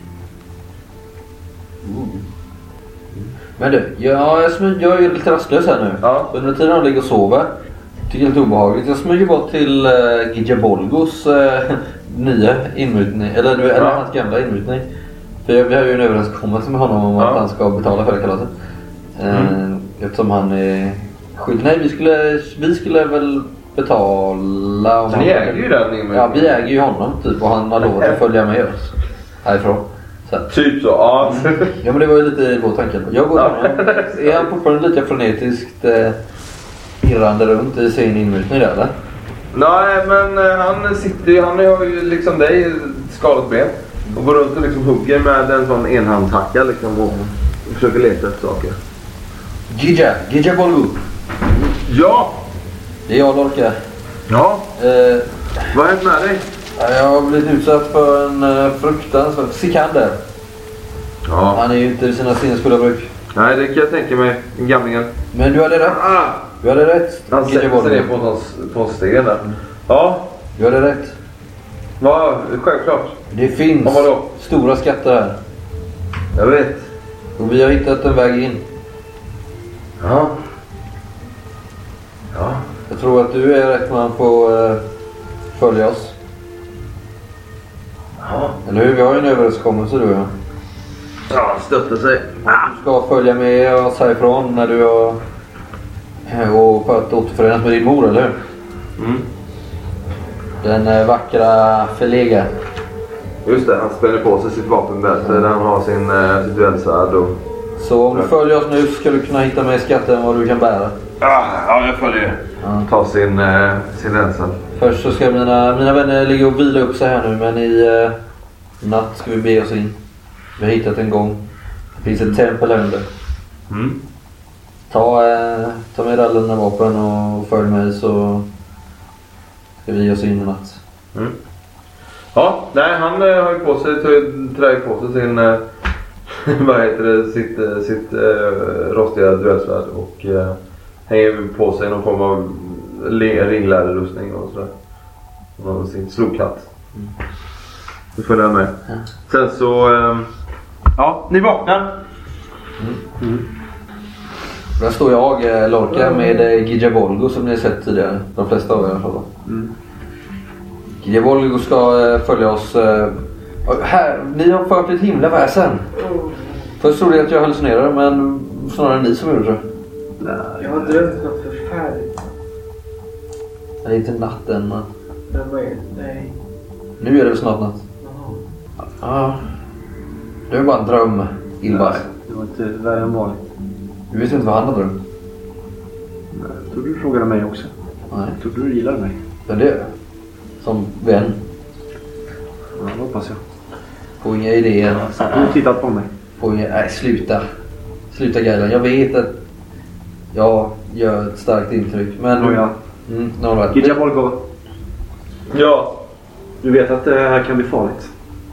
Mm. Men du, jag, jag är lite rastlös här nu. Ja. Under tiden jag ligger och sover tycker jag det är lite obehagligt. Jag smyger bort till uh, Gijabolgos uh, nya inmutning. Eller, eller ja. hans gamla inmutning. För vi har ju en överenskommelse med honom om ja. att han ska betala för det kalaset. Mm. Uh, eftersom han är skyldig. Nej, vi skulle, vi skulle väl betala. Ni äger ju den inmutningen. Ja, vi äger ju honom typ och han har lovat att följa med oss härifrån. Så. Typ så, ja. Mm. Ja, men det var ju lite vår tanke. Jag går ja. Är han fortfarande lika frenetiskt eh, irrande runt i sin inmutning där, eller? Nej, men eh, han sitter ju, han har ju liksom dig skalat ben och går runt och liksom hugger med en sån enhandshacka liksom och mm. försöker leta efter saker. Gija, Gija Bolgo. Ja! Det är jag, Lorca. Ja? Eh, Vad har hänt med dig? Jag har blivit utsatt för en uh, fruktansvärd Sikander. Ja. Han är ju inte i sina sinnesfulla bruk. Nej, det kan jag tänka mig. Gamlingen. Men du hade rätt. Ah. Du hade rätt. Han sätter sig ner på en, på en sten där. Mm. Ja. Du hade rätt. Ja, självklart. Det finns stora skatter här. Jag vet. Och vi har hittat en väg in. Ja. Ja. Jag tror att du är rätt man på uh, följa oss. Ja. Eller hur? Vi har ju en överenskommelse du och jag. Ja, stöttar sig. Du ska följa med oss härifrån när du har och för att återförenas med din mor, eller hur? Mm. Den eh, vackra förlega. Just det, han spänner på sig sitt vapenbälte mm. där han har sin, eh, sitt duellsvärd och... Så om du följer oss nu ska du kunna hitta mer skatter än vad du kan bära. Ah, ja, jag följer. Ja. Ta sin, eh, sin rensel. Först så ska mina, mina vänner ligga och vila upp sig här nu, men i eh, natt ska vi be oss in. Vi har hittat en gång. Det finns ett tempel här under. Mm. Ta, eh, ta med alla dina vapen och följ mig så ska vi ge oss in i natt. Mm. Ja, nej, han eh, har ju på sig, trär på sig sin, eh, vad heter det, sitt, eh, sitt eh, rostiga duellsvärd och eh, hänger på sig någon form av ringläderrustning och sådär. Och sin slokhatt. Mm. Nu följer jag med. Ja. Sen så, eh, ja, ni vaknar. Mm. Mm. Där står jag, Lorca, med Gijabolgo som ni har sett tidigare. De flesta av er i alla fall. Mm. Gijabolgo ska följa oss. Här, ni har fört ett himla väsen. Först trodde jag att jag hallucinerade, men snarare ni som gjorde det. Nej, jag har drömt något förfärligt. Det är inte natt än, men... Nej. Nu är det snart natt. Ja. Ah. Det är bara en dröm, Ilbas. Det var inte värre än vanligt. Du vet inte vad han har drömt. Nej, jag trodde du frågade mig också. Nej. Jag trodde du gillade mig. Ja, det är det. Som vän. Ja, det hoppas jag. Får inga idéer. Så du har tittat på mig. Får inga... Nej, sluta. Sluta Gailan. Jag vet att jag gör ett starkt intryck. Men... Oh, ja. Mm, no, right. Gijabolgo. Ja. Du vet att det här kan bli farligt.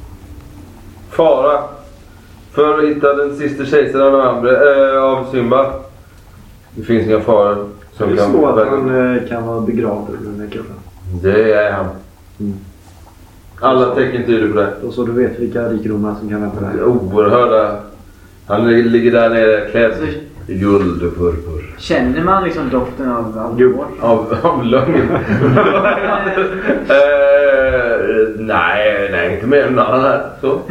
Fara. För att hitta den sista kejsaren av, Ambre, äh, av Simba. Det finns inga faror. Som det är så att han äh, kan vara begravd under den här kullen. Det är han. Mm. Alla tecken tyder på det. Och så du vet vilka rikedomar som kan vänta där. Oerhörda Han ligger där nere klädd i guld och purpur. Känner man liksom doften av alkohol? Av, av lögn? uh, nej, nej, inte mer än någon annan här. Så.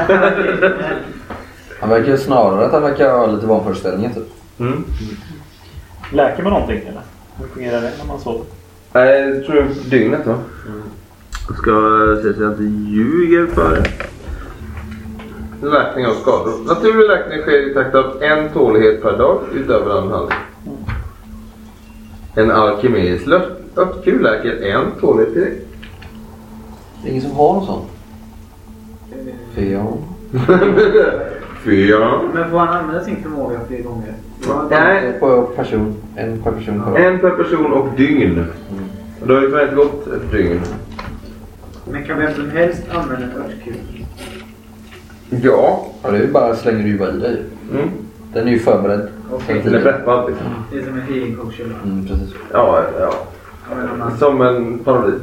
Han verkar snarare att han verkar ha lite vanföreställningar typ. Mm. Läker man någonting eller? Hur fungerar det när man sover? Nej, jag tror det är dygnet va? Mm. Jag ska se så jag inte ljuger för det. Läkning av skador. Naturlig läkning sker i takt av en tålighet per dag utöver en halv. Mm. En alkemisk örtkul läker en tålighet direkt. Det är ingen som har någon sån. Feon. Feon. Men får han använda sin förmåga fler gånger? Nej. På person. En per person. Ja. En per person och dygn. Mm. Och då har ju inte gått ett dygn. Men kan vem som helst använda ett örtkul? Ja. Ja, det är ju bara slänger du ju bara i dig. Mm. Den är ju förberedd. Okay. Den är preppad liksom. Det är som en healing coach eller? Mm, precis. Ja, ja. Som en parodi.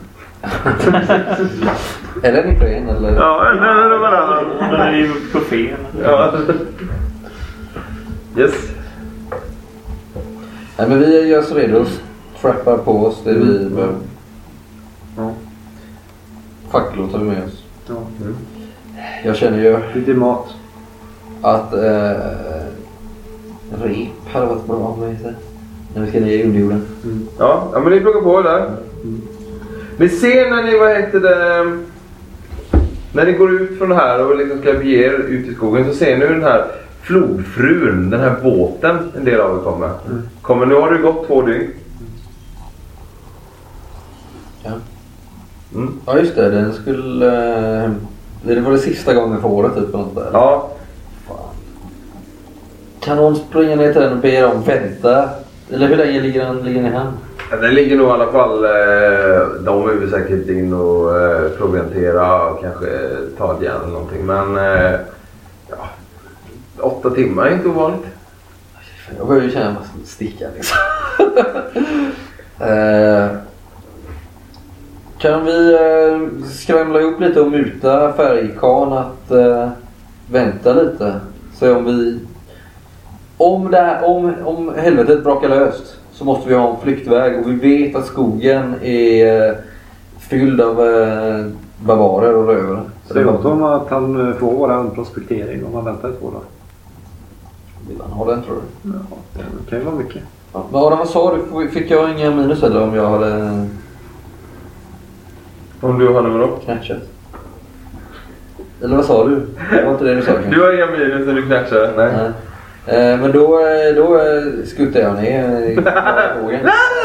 Är den inte en eller? Ja, den är varannan. Den är ju buffén. Ja. Yes. Nej, men vi gör oss redo. Trappar på oss det vi mm. behöver. Ja. Facklor tar vi med oss. Ja. Mm. Jag känner ju lite mat. Att eh, rep hade varit bra med sig. När vi ska ner i underjorden. Mm. Ja, ja, men ni plockar på där. Mm. Ni ser när ni, vad heter det, när ni går ut från det här och liksom ska bege er ut i skogen, så ser ni den här flodfrun, den här båten en del av er kommer. Mm. Kommer, nu har det gått två dygn. Ja. Mm. Ja just det, den skulle... Det var det sista gången för året typ på något där. Ja. Fan. Kan någon springa ner till den och be dem vänta? Eller hur länge ligger den, ligger den i hand? Ja, den ligger nog i alla fall, eh, de är väl säkert in och eh, proviantera och kanske ta ett järn eller någonting. Men eh, ja, åtta timmar är inte ovanligt. Jag börjar ju känna att man sticka liksom. eh, kan vi eh, skramla ihop lite och muta färgkan att eh, vänta lite? Så om vi... Om, det här, om, om helvetet brakar löst så måste vi ha en flyktväg och vi vet att skogen är fylld av eh, barbarer och rövare. Så det låter om att han får våran prospektering om han väntar ett år då. Vill han ha den tror du? Ja, det kan ju vara mycket. Ja, men Adam, vad sa du? Fick jag inga minus eller om jag hade... Om du hade vadå? Knäckat. Eller vad sa du? Det var inte det du sa kanske. Du har inga minus när du knäckade? Nej. Nej. Eh, men då, då skuttar jag ner i vågen.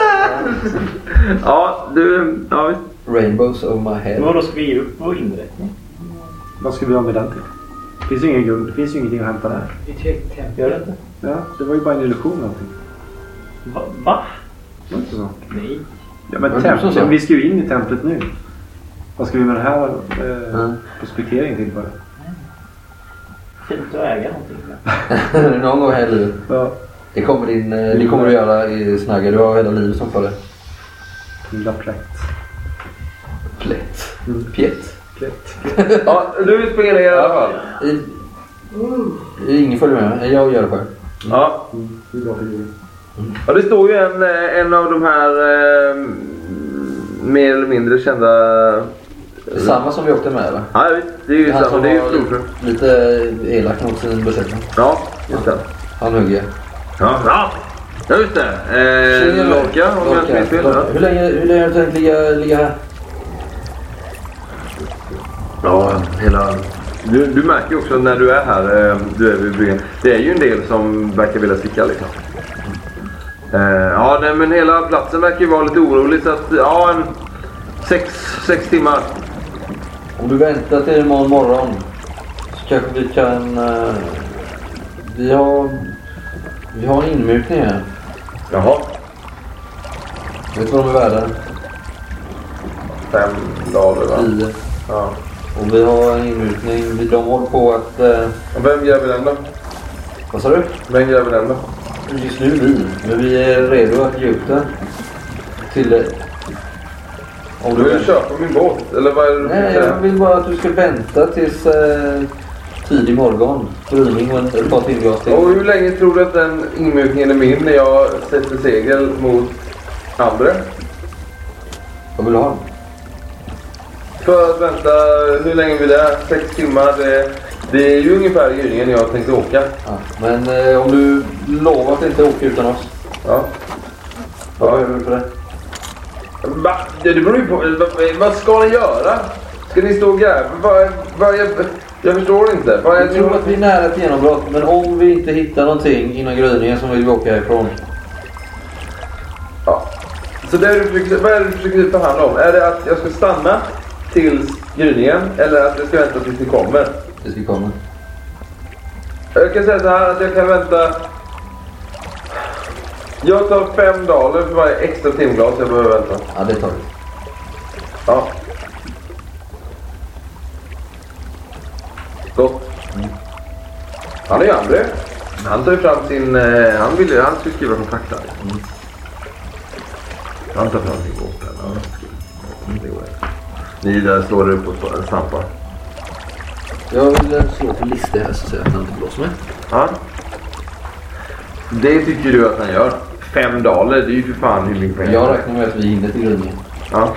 Ja, du... Ja, visst. Rainbows over my head. Men då ska vi ge upp vår inrättning? Vad ska vi ha med den till? Det finns ju ingen guld, det finns ju ingenting att hämta där. Det är ett högt tempel. Gör det inte? Ja, det var ju bara en illusion någonting. Va? Va? Det var inte så. Nej. Ja, men templet, vi ska ju in i templet nu. Vad ska vi med det här eh, mm. prospektering till bara? Fint att äga någonting. Någon gång här i livet. Ja. Det kommer, din, det kommer du göra i Snagga. Du har hela livet som för det. Lilla plätt. Plätt. Mm. Pjätt. Plätt. Ja, du springer ner i alla fall. I, i, ingen följer med. Jag gör det själv. Mm. Ja. Mm. Ja, det står ju en, en av de här eh, mer eller mindre kända... Samma som vi åkte med eller? Ja, det är ju han samma. Det är ju flodfrun. Lite elak mot sin besättning. Ja, just det. Han hugger. Ja, ja. Ja, just det. Eh, Lorca, om jag inte minns fel. Hur länge, hur länge har du tänkt ligga, ligga här? Ja, hela... Du, du märker ju också när du är här, eh, du är vid bryggan. Det är ju en del som verkar vilja sticka liksom. Eh, ja, nej, men hela platsen verkar ju vara lite orolig så att, ja, en sex, sex timmar. Om du väntar till imorgon morgon så kanske vi kan... Uh, vi har... Vi har en inmutning här. Jaha. Vet du vad de är värda? Fem dagar va? Tio. Ja. Och vi har en inmutning. De håller på att... Uh, Och vem gör vi den då? Vad sa du? Vem gör vi den då? Just nu vi. Men vi är redo att ge upp den. Till... Uh, Om du vill köpa min båt? Eller vad är det? Nej, jag vill bara att du ska vänta tills uh, tidig morgon. Gryning och ett par timglas till. Och hur länge tror du att den inmutningen är min när jag sätter segel mot andra? Vad vill du ha? För att vänta, hur länge blir det? Sex timmar. Det, det är ju ungefär gryningen jag tänkte åka. Ja, men eh, om du lovar att inte åka utan oss. Ja. Vad behöver du för det? Va? Det beror ju på. Vad, vad ska ni göra? Ska ni stå och gräva? Vad, vad, jag, jag förstår inte. Vad, jag tror att vi är nära ett genombrott. Men om vi inte hittar någonting innan gryningen så vill vi åka härifrån. Ja. Så det är du försöker, vad är det du försöker ta hand om? Är det att jag ska stanna tills gryningen? Eller att jag ska vänta tills ni kommer? Tills vi kommer. Jag kan säga så här att jag kan vänta. Jag tar fem dollar för varje extra timglas jag behöver vänta. Ja, det tar vi. Ja. Gott. Mm. Han är ju andra. Han tar ju fram sin... Eh, han vill han ska skriva kontraktar. Mm. Han tar fram sin bok. Mm. Ni där står upp och stampar. Jag vill slå för listor här så att han inte blåser mig. Ja. Det tycker du att han gör. Fem dollar, det är ju för fan hur mycket pengar. Jag räknar med att vi hinner till gryningen. Ja.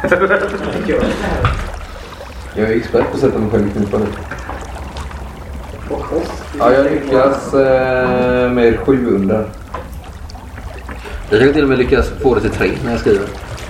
Jag är expert på att sätta mig själv i knipa nu. Ja, jag lyckas eh, med sju under. Jag kan till och med lyckas få det till tre när jag skriver.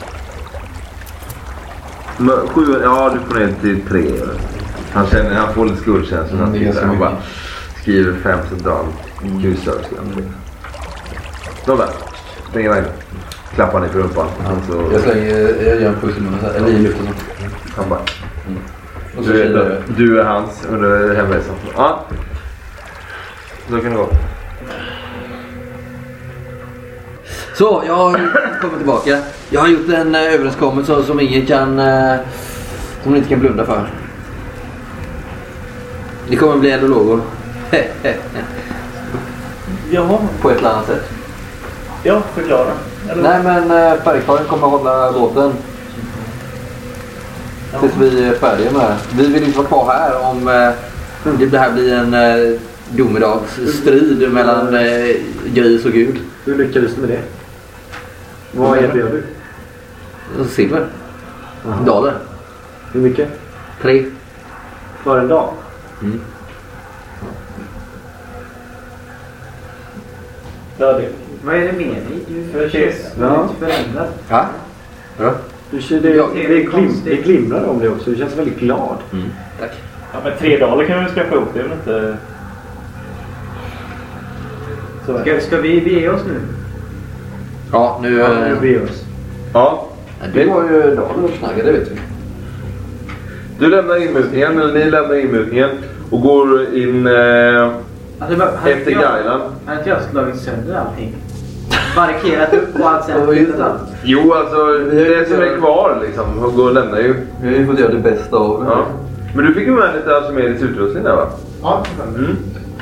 Men, sju, ja, du får ner till tre. Han känner, han får lite skuldkänsla. Mm, han, han bara skriver fem central. Mm. Kusar. Nåväl. Slänger han in. Klappar ner på rumpan. Mm. Så... Jag slänger, jag gör en puss eller i luften. Han bara. Mm. Och så du, är, du är hans under hemresan. Ja. Så kan det gå. Så, jag har kommit tillbaka. Jag har gjort en uh, överenskommelse som ingen kan... Uh, som man inte kan blunda för. Det kommer bli eld och lågor. Ja. På ett eller annat sätt. Ja, förklara. Eller? Nej, men uh, färgkarlen kommer hålla båten. Ja. Tills vi är färdiga med det. Vi vill inte vara kvar här om uh, det här blir en uh, domedagsstrid mellan uh, gris och gud. Hur lyckades du med det? Vad erbjöd du? Silver. Aha. Dollar. Hur mycket? Tre. För en dag? Mm. Ja, det. Vad är det med dig? Du är ja. förändrad. Ja. Bra. Du ser det, ja, det, det, glim, det glimrar om det också. Du känns väldigt glad. Mm. Tack. Ja, men tre dagar kan vi skaffa ihop. Det är väl inte... Så ska, ska vi bege oss nu? Ja, nu... Ja, nu bege oss. Ja. Det var ju dagen och snagga, det vet vi. Du lämnar inmutningen, eller ni lämnar inmutningen och går in eh, alltså, bara, efter Gailan. Har inte jag slagit sönder allting? Barrikerat upp och allt sen flyttat allt? Jo, alltså det som är kvar liksom, och går och lämnar ju. Vi har ju fått göra det bästa av det. Ja. Men du fick ju med lite Archimedes utrustning där, va? Ja, mm.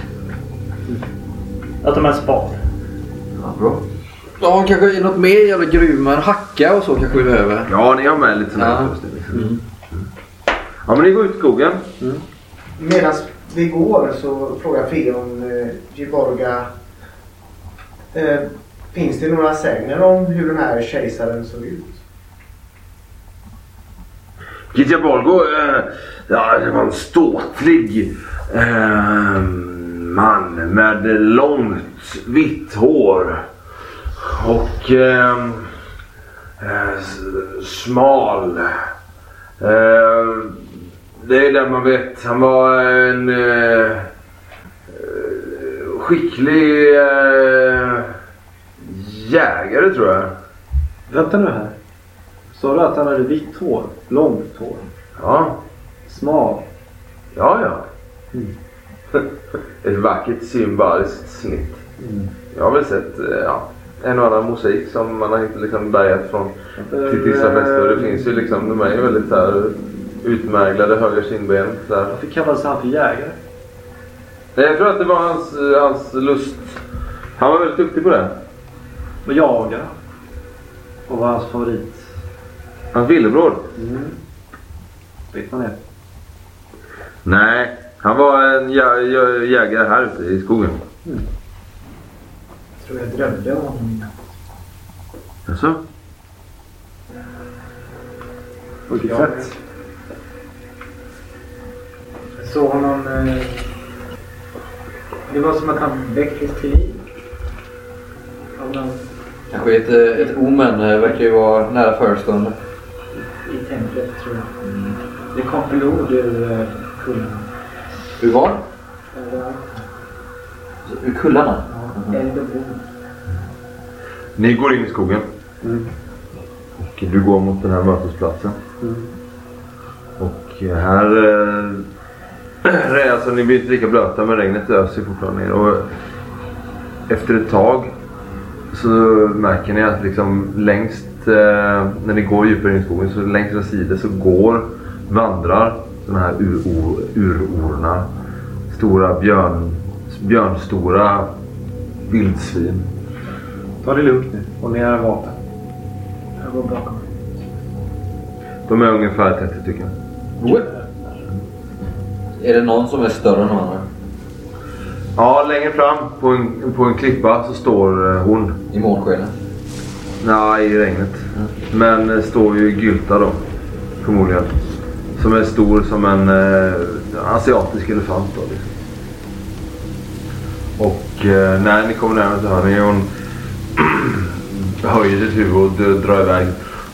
Att de är spar. Ja, bra. Ja, kanske något mer jävla grymare, hacka och så kanske vi behöver. Ja, ni har med lite sån här ja. utrustning. Liksom. Mm. Ja, men ni går ut i skogen. Mm. Medan vi går så frågar Freon eh, Giborga. Eh, finns det några sägner om hur den här kejsaren såg ut? Giborgo, eh, ja, det var en ståtlig eh, man med långt vitt hår. Och eh, eh, smal. Eh, det är det man vet. Han var en eh, skicklig eh, jägare, tror jag. Vänta nu här. Sa du att han hade vitt hår? Långt hår? Ja. Smal? Ja, ja. Mm. Ett vackert symboliskt snitt. Mm. Jag har väl sett ja, en och annan musik som man har inte liksom bärgat från till vissa fester. Det finns ju liksom, de är ju väldigt här utmärglade höga kindben. Varför kallades han för jägare? Nej, jag tror att det var hans, hans lust. Han var väldigt duktig på det. Vad jagar han? Och vad var hans favorit? Hans villebråd. Mm. Vet man det? Nej, Han var en jä- jä- jägare här ute i skogen. Mm. Jag tror jag drömde om honom innan. Jaså? På vilket sätt? Jag såg honom... Eh, det var som att han väcktes till liv. Han, Kanske ett, ett omen verkar ju vara nära förestående. I templet tror jag. Mm. Det kom blod ur eh, kullarna. Ur var? Överallt. Ur kullarna? Ja, eld och blod. Ni går in i skogen. Mm. Och du går mot den här mötesplatsen. Mm. Och här... Eh, alltså ni blir inte lika blöta men regnet öser fortfarande ner. Och efter ett tag så märker ni att liksom längst... Eh, när ni går djupare in i skogen så längs era sidor så går... Vandrar såna här ur, urorna. Stora björn... Björnstora vildsvin. Ta det lugnt nu. Och ner är vapen. Jag går bakom. De är ungefär trettio stycken. Mm. Är det någon som är större än andra? Ja, längre fram på en, på en klippa så står hon. I månskenet? Nej, i regnet. Mm. Men står ju Gylta då. Förmodligen. Som är stor som en eh, asiatisk elefant då liksom. Och eh, när ni kommer närmare så hör ni hon höjer sitt huvud och drar iväg.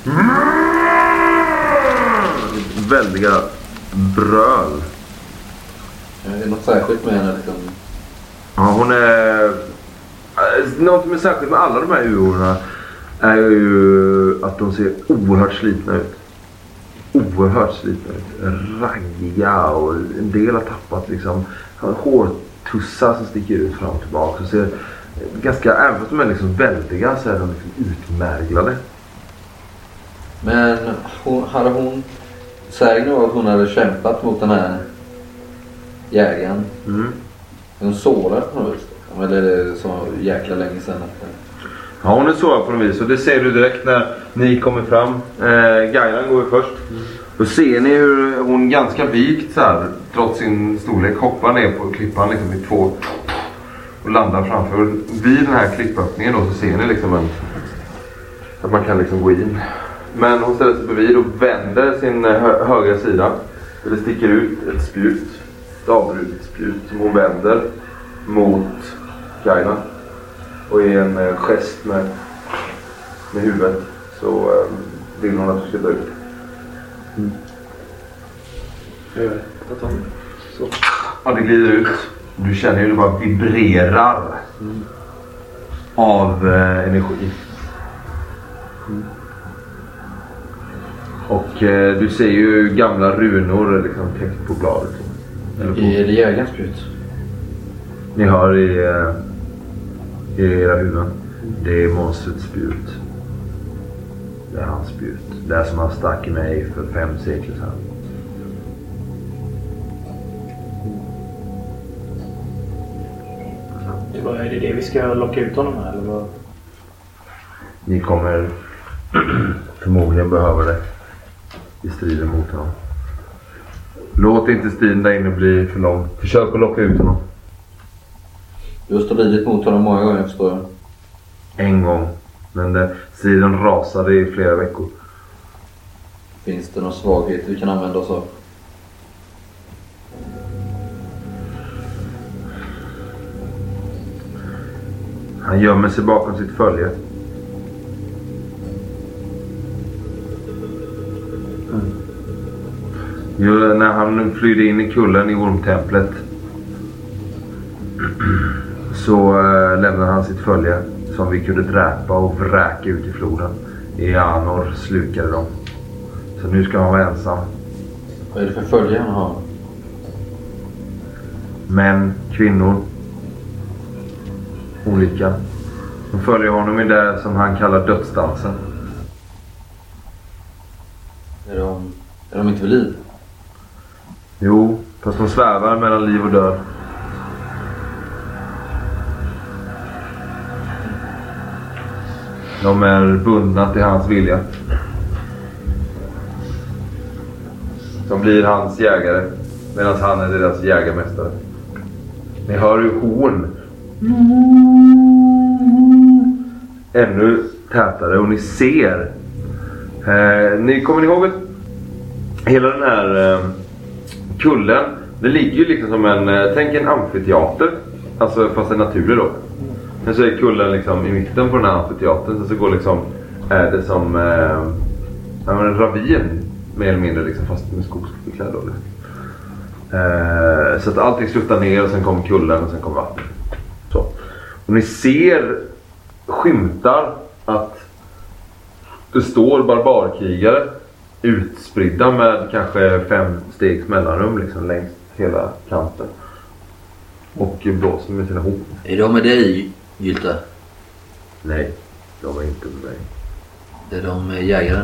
Väldiga bröl. Är det något särskilt med henne liksom? Ja, hon är... Något som är särskilt med alla de här urorna är ju att de ser oerhört slitna ut. Oerhört slitna ut. Raggiga och en del har tappat liksom hårtussar som sticker ut fram och tillbaka. Så ser ganska, även fast de är liksom väldiga så är de liksom utmärglade. Men hon, hade hon säg nu att hon hade kämpat mot den här jägaren. Mm. Är hon sårad på något vis? Eller är det så jäkla länge sedan? Ja, hon är sårad på något vis och det ser du direkt när ni kommer fram. Eh, Gairan går ju först. Mm. Då ser ni hur hon ganska vikt så här, trots sin storlek hoppar ner på klippan liksom i två och landar framför. Vid den här klippöppningen då så ser ni liksom en, att man kan liksom gå in. Men hon ställer sig bredvid och vänder sin hö- högra sida. Det sticker ut ett spjut, ett avbrutet spjut som hon vänder mot Gairan. Och i en eh, gest med, med huvudet så eh, vill hon att du ska dö ut. Mm. Jag gör det. Jag tar mig. Så. Ja, det glider ut. Du känner ju det bara vibrerar Mm. av eh, energi. Mm. Och eh, du ser ju gamla runor liksom täckt på bladet. Eller på. Är det jägarens spjut? Ni hör i, eh, i era huvuden. Det är monstrets spjut. Det är hans spjut. Det är som han stack i mig för fem sekler sedan. Det var, är det det vi ska locka ut honom här eller vad? Ni kommer förmodligen behöva det i striden mot honom. Låt inte striden där inne bli för lång. Försök att locka ut honom. Du har stridit mot honom många gånger förstår jag. En gång. Men det, striden rasade i flera veckor. Finns det någon svaghet vi kan använda oss av? Han gömmer sig bakom sitt följe. Mm. Jo, när han flydde in i kullen i ormtemplet så äh, lämnade han sitt följe som vi kunde dräpa och vräka ut i floden. I Anor slukade dem. Så nu ska han vara ensam. Vad är det för följe han har? Män, kvinnor. Olika. De följer honom i det som han kallar dödsdansen. Är de, är de inte vid liv? Jo, fast de svävar mellan liv och död. De är bundna till hans vilja. De blir hans jägare. Medan han är deras jägarmästare. Ni hör hur horn ännu tätare och ni ser. Eh, ni kommer ni ihåg att hela den här eh, kullen, det ligger ju liksom som en, eh, tänk en amfiteater. Alltså fast en naturlig då. Men så är kullen liksom i mitten på den här amfiteatern. Så går liksom, är det som eh, en ravin mer eller mindre liksom, fast med skogsbeklädd då. Eh, så att allting slutar ner och sen kommer kullen och sen kommer vatten. Så. Och ni ser skymtar att det står barbarkrigare utspridda med kanske fem stegs mellanrum liksom längs hela kanten. Och blåser med sina horn. Är de med dig, Gylte? Nej, de är inte med mig. Är de med jägare?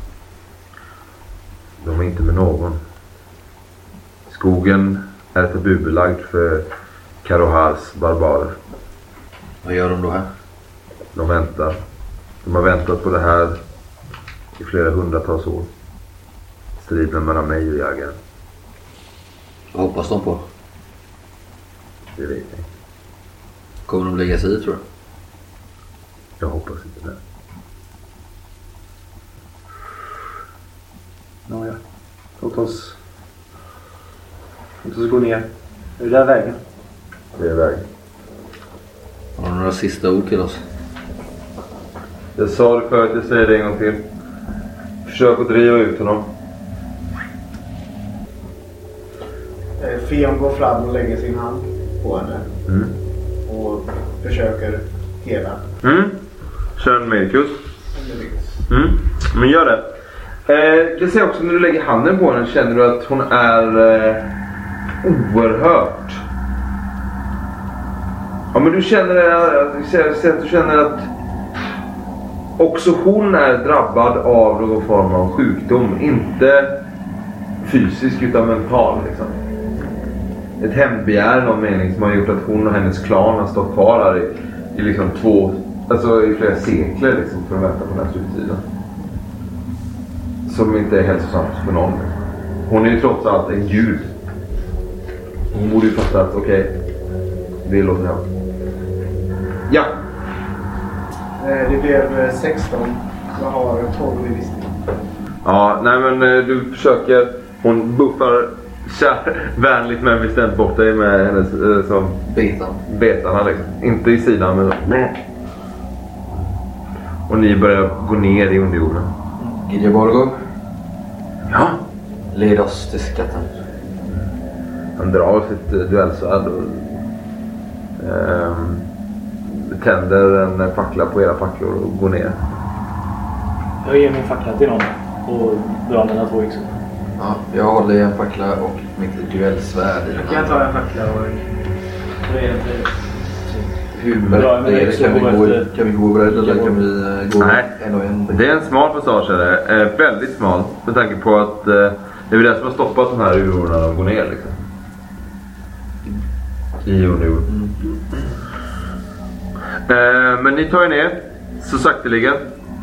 De är inte med någon. Skogen är tabubelagd för Karohars barbarer. Vad gör de då här? De väntar. De har väntat på det här i flera hundratals år. Striden mellan mig och jägaren. Vad hoppas de på? Det vet jag. Kommer de lägga sig i, tror du? Jag hoppas inte det. Nåja, låt oss, låt oss gå ner. Är det där vägen? Det är vägen. Har du några sista ord till oss? Jag sa det förut, jag säger det en gång till. Försök att driva ut honom. Fion går fram och lägger sin hand på henne. Mm. Och försöker hela. Mm. Kör en Merkus. Mm. Men gör det. Eh, jag kan säga också när du lägger handen på henne känner du att hon är eh, oerhört. Ja, men du känner att du känner att också hon är drabbad av någon form av sjukdom, inte fysisk utan mental liksom. Ett hämndbegär i någon mening som har gjort att hon och hennes klan har stått kvar här i, i liksom två, alltså i flera sekler liksom för att vänta på den här sluttiden. Som inte är hälsosamt för någon. Hon är ju trots allt en gud. Hon borde ju fatta att okej, okay, det låter henne. Ja. Det blev sexton. Jag har tolv i visning. Ja, nej men du försöker. Hon buffar kär, vänligt men bestämt bort dig med hennes äh, som betan. Betarna liksom. Inte i sidan men nej. Och ni börjar gå ner i underjorden. Giljeborgo. Ja. Led oss till skatten. Han drar sitt uh, duellsvärd och um, tänder en fackla på era facklor och går ner. Jag ger min fackla till någon och drar mina två yxor. Ja, jag håller en fackla och mitt duellsvärd i den här. Jag tar en fackla och... Hur bra är det? Kan vi, gå, kan vi gå över eller kan vi gå Nej, en och en? Det är en smal passage här. Eh, väldigt smal. Med tanke på att eh, det är det som har stoppat de här urorna att gå ner liksom. I underjord. Mm. Eh, men ni tar er ner så sakteligen.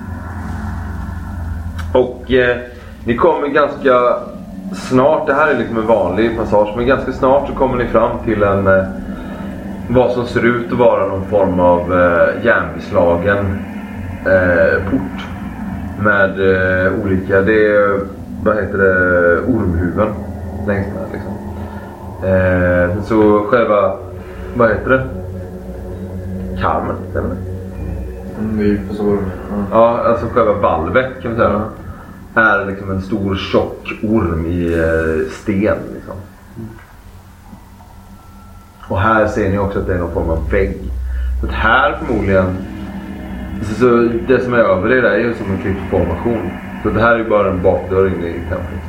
Och eh, ni kommer ganska snart, det här är liksom en vanlig passage, men ganska snart så kommer ni fram till en eh, vad som ser ut att vara någon form av eh, järnbeslagen eh, port med eh, olika, det är, vad heter det, ormhuven längst med liksom. Eh, så själva, vad heter det? Karmen, eller? Mm, så, mm. Ja, alltså själva valvet kan man säga. Mm. Är liksom en stor tjock orm i eh, sten liksom. Mm. Och här ser ni också att det är någon form av vägg. Så att här förmodligen, så, så det som är över det där är ju som en klippformation. Så det här är ju bara en bakdörr inne i templet.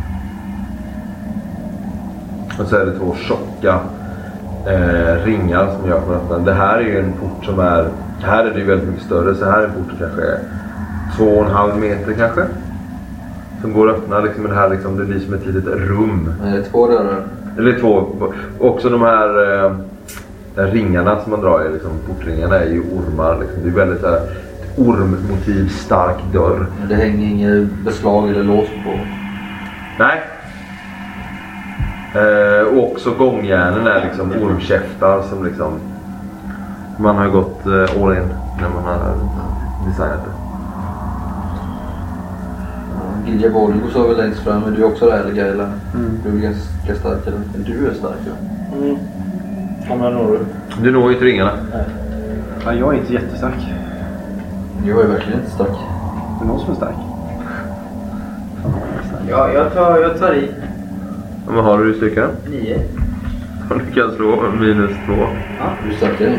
Och så är det två tjocka eh, ringar som gör på öppna. Det här är ju en port som är, här är det ju väldigt mycket större. Så här är en port som kanske är två och en halv meter kanske. Som går att öppna liksom, det här liksom, det blir som ett litet rum. Är det två dörrar? Eller två. Också de här eh, ringarna som man drar i, liksom, portringarna är ju ormar. Liksom. Det är väldigt så här, ormmotiv, stark dörr. Men det hänger inget beslag eller lås på? Nej. Eh, och också gångjärnen är liksom ormkäftar som liksom man har gått eh, all in när man har designat det. Gilja Volgo så är väl längst fram, men du är också där eller Gaila? Mm. Du är ganska stark, eller? Du är stark, ja. Mm. Om jag når upp. Du når ju inte ringarna. Nej. Ja, jag är inte jättestark. Jag är verkligen inte stark. Det är någon som är stark. Ja, jag tar, jag tar i. Ja, men har du styrka? Nio. Du kan slå minus två. Ja. Du är starkare.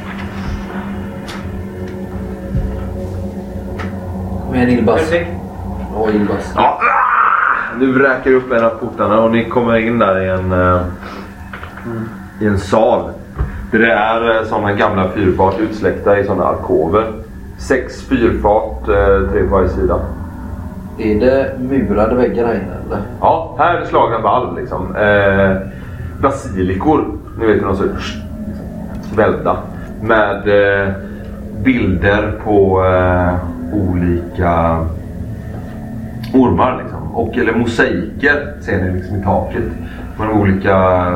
Kom igen, Ilbas. Perfekt. Ja, Ilbas. Ja. Du vräker upp en av portarna och ni kommer in där i en, uh, mm. i en sal. Det är sådana gamla fyrfart utsläckta i sådana alkover. Sex fyrfart, uh, tre på varje sida. Är det murade väggar här inne eller? Ja, här är det slagna valv liksom. Eh, basilikor, ni vet hur de ser ut. Välta. Med eh, bilder på eh, olika ormar liksom. Och, eller mosaiker ser ni liksom i taket. Med olika...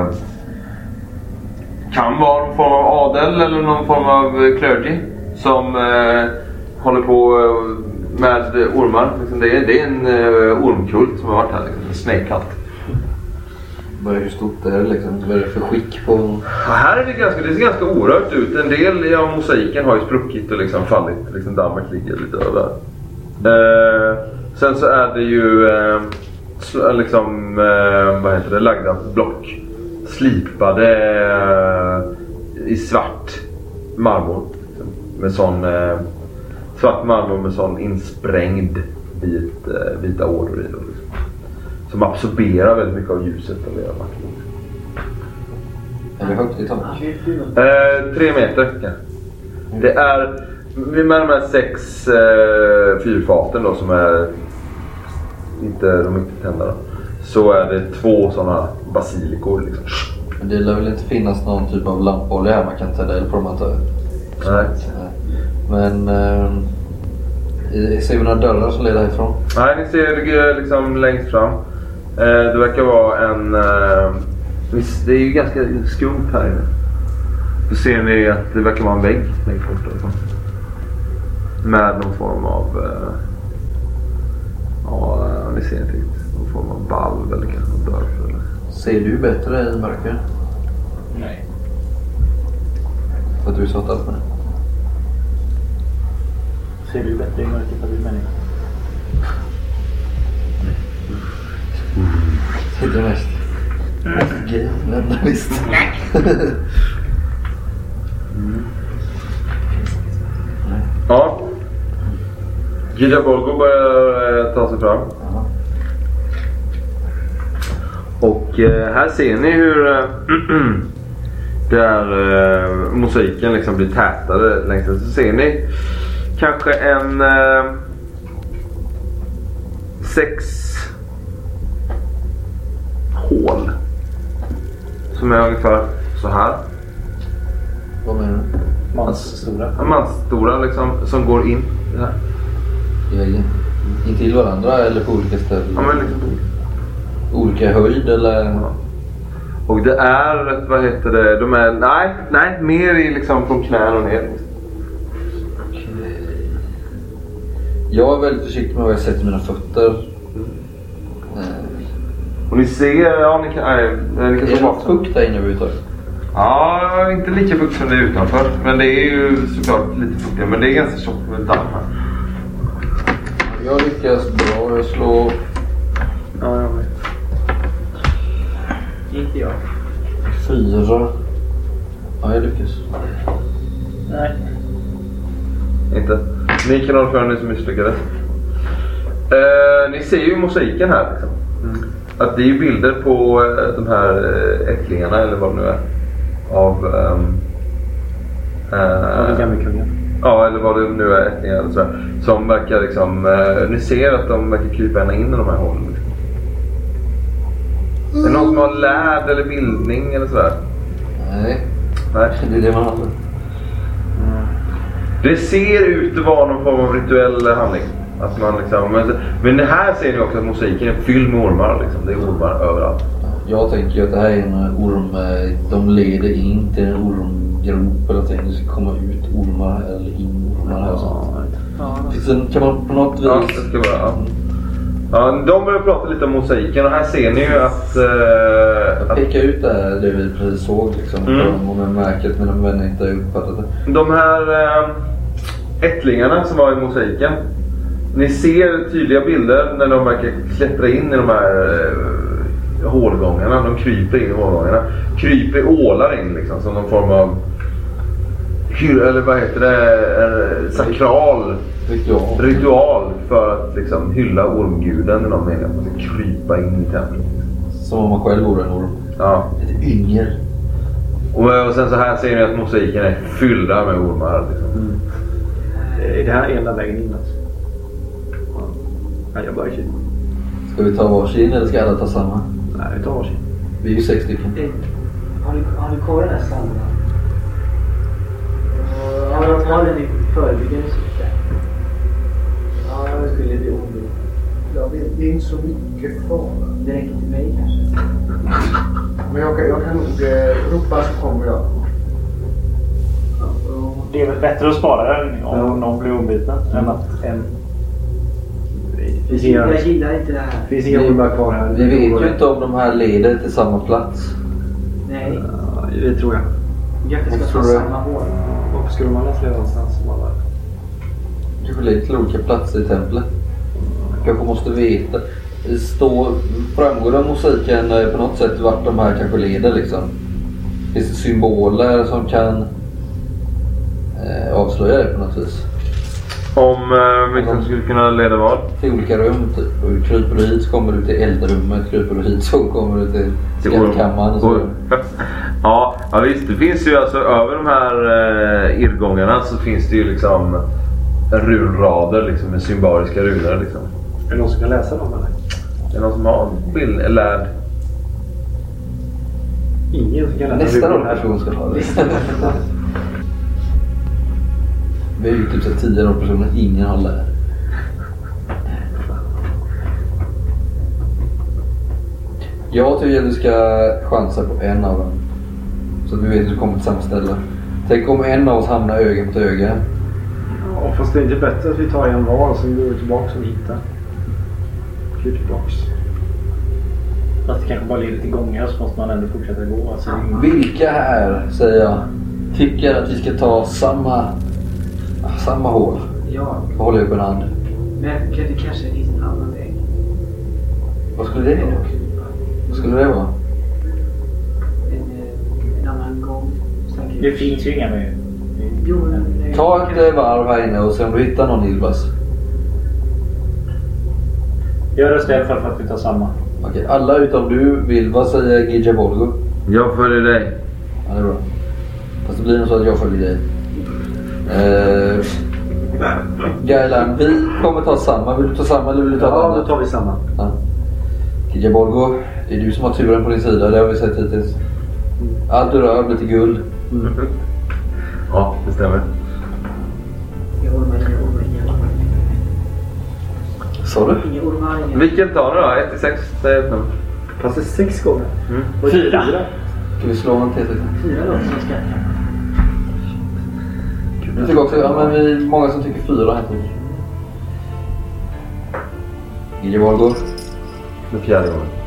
Kan vara någon form av adel eller någon form av clergy. Som eh, håller på... Eh, med ormar. Det är, det är en uh, ormkult som har varit här. En snake cult. Vad är hur stort är det liksom? Vad är det för skick på... Ja, här är det ganska, det ser ganska orört ut. En del av mosaiken har ju spruckit och liksom fallit. Liksom dammet ligger lite över. Uh, sen så är det ju uh, liksom uh, vad heter det? Lagda block. Slipade uh, i svart marmor. Liksom, med sån... Uh, svart marmor med sån insprängd vit, eh, vita ådror i dem. Liksom. Som absorberar väldigt mycket av ljuset. Av era vatten. Är det högt i taket? Eh, tre meter. Ja. Det är med de här sex eh, fyrfaten då, som är inte, de är inte tända då. Så är det två sådana basilikor. Liksom. Det lär väl inte finnas någon typ av lampolja här man kan tända eld på dem att Nej. Men eh, ser vi några dörrar som leder härifrån? Nej, ni ser liksom längst fram. Eh, det verkar vara en... Eh, det är ju ganska skumt här inne. Då ser ni att det verkar vara en vägg längst bort. Med någon form av... Eh, ja, ni ser inte riktigt. Någon form av valv eller kanske någon dörr. Eller. Ser du bättre i mörker? Nej. För att du är så allt med det? Ser du bättre i mörker för att du är människa? Det är mest. Okej, men visst. Mm. Ja. Gilja Volgo börjar eh, ta sig fram. Ja. Och eh, här ser ni hur eh, där eh, mosaiken liksom blir tätare längst ut. Så ser ni kanske en eh, sex hål som är ungefär så här. Vad menar du? Mansstora. En mansstora liksom som går in i här. I väggen? Intill varandra eller på olika ställen? Ja, men liksom olika höjd eller? Ja. Och det är, vad heter det, de är, nej, nej, mer i liksom från knän och ner. Okej. Jag är väldigt försiktig med vad jag sätter mina fötter. Och ni ser, ja ni kan, nej, ni kan Är det stå något fukt där inne överhuvudtaget? Ja, inte lika fukt som det är utanför. Men det är ju såklart lite fuktigt, men det är ganska tjockt med damm här. Jag lyckas bra, jag slår... Ja, jag vet. Inte jag. Fyra. Ja, jag lyckas. Nej. Inte. Ni kan hålla för ni som misslyckades. Eh, ni ser ju mosaiken här liksom. Mm. Att det är ju bilder på eh, de här eh, ättlingarna eller vad det nu är. Av... Um, Av den gamla kungen. Ja, eller vad det nu är, ättlingar eller sådär. Som verkar liksom... Eh, ni ser att de verkar krypa ända in i de här hålen. Liksom. Är det någon som har lärd eller bildning eller sådär? Nej. Nej. Det är det man har. Mm. Det ser ut att vara någon form av rituell handling. Att man liksom, men, men det här ser ni också att mosaiken är fylld med ormar. Liksom. Det är ormar överallt. Jag tänker ju att det här är en orm. De leder in till en ormgrop eller någonting. Det ska komma ut ormar eller in ormar här och sånt. Ja, Finns det, kan man på något vis... Ja, det ska vara. Ja. Ja, de börjar prata lite om mosaiken och här ser ni ju att... Uh, Jag pekar ut det här, det vi precis såg liksom. Mm. Om jag märker att mina vänner inte har uppfattat det. De här uh, ättlingarna som var i mosaiken. Ni ser tydliga bilder när de verkar klättra in i de här uh, hålgångarna. De kryper in i hålgångarna. Kryper ålar in liksom som någon form av... Eller vad heter det? Sakral Ritual. ritual för att liksom hylla ormguden i någon mening. Att man ska krypa in i templet. Som om man själv vore en orm. Ja. Ett yngel. Och, och sen så här ser ni att mosaiken är fyllda med ormar. Liksom. Mm. Är det här enda vägen in alltså? Ja, jag bara känner. Ska vi ta varsin eller ska alla ta samma? Nej, vi tar varsin. Vi är ju sex stycken. Har du, har du kvar den här sanden? Ja, jag tar den i förebyggande syfte. Ja, det skulle bli ombud. Jag vet, det är inte så mycket kvar. Det räcker till mig kanske. Men jag kan, jag kan nog eh, ropa så kommer jag. Det är väl bättre att spara den om ja. någon blir ombiten än att en... Det finns inga, jag gillar inte det här. Det finns inga ormar kvar här. Vi vet ju inte om de här leder till samma plats. Nej. Ja, det tror jag. Jag kanske ska ta samma hål. Varför skulle man läsa någonstans som alla? Kanske leder till olika platser i templet. Kanske måste veta. Det står, framgår det av musiken på något sätt vart de här kanske leder liksom. Finns det symboler som kan eh, avslöja det på något vis? Om eh, vilka skulle kunna leda vad? Till olika rum typ. Och kryper du hit så kommer du till eldrummet. Kryper du hit så kommer du till skattkammaren. Så. Ja, ja visst. Det finns ju alltså över de här eh, irrgångarna så finns det ju liksom runrader liksom med symboliska runor liksom. Är det någon som kan läsa dem eller? Är det någon som har bild eller? Ingen som kan läsa. Nästa rollperson ska ha det. Vi är ju typ så tio rollpersoner. Ingen har lärt. Jag tycker att du ska chansa på en av dem. Så att vi vet att du kommer till samma ställe. Tänk om en av oss hamnar öga mot öga. Ja, fast det är inte bättre att vi tar en var som går tillbaka och hittar. Kör tillbaks. Fast det kanske bara leder till gånger så måste man ändå fortsätta gå. Alltså, vilka här, säger jag, tycker att vi ska ta samma, samma hål? Ja. Vad håller jag på en hand? Men det kanske finns en annan väg. Vad skulle det vara? Vad skulle det vara? En, en annan gång. Säkert. det finns ju inga med. Jo, men, Ta ett varv här inne och se om du hittar någon Ilbas. Jag röstar i alla fall för att vi tar samma. Okej, alla utom du vill vad säger Gidja Bolgo? Jag följer dig. Ja, det är bra. Fast det blir nog så att jag följer dig. Uh, Gailan, vi kommer ta samma. Vill du ta samma eller vill du ta ja, andra? då tar vi samma. Ja. Gidja Bolgo, det är du som har turen på din sida. Det har vi sett hittills. Allt du rör blir till guld. Mm. Ja, det stämmer. Jag ormar, inga ormar, inga ormar. Sa du? Inga ormar, inga. Vilken tar du då? ett till sex? Säg ut nu. Fast det är sex gånger. Mm. Fyra. Ska vi slå en T sex? Fyra låter som skattkammaren. Jag tycker också, ja men vi är många som tycker fyra här typ. Gidja Bolgo. Den fjärde gången.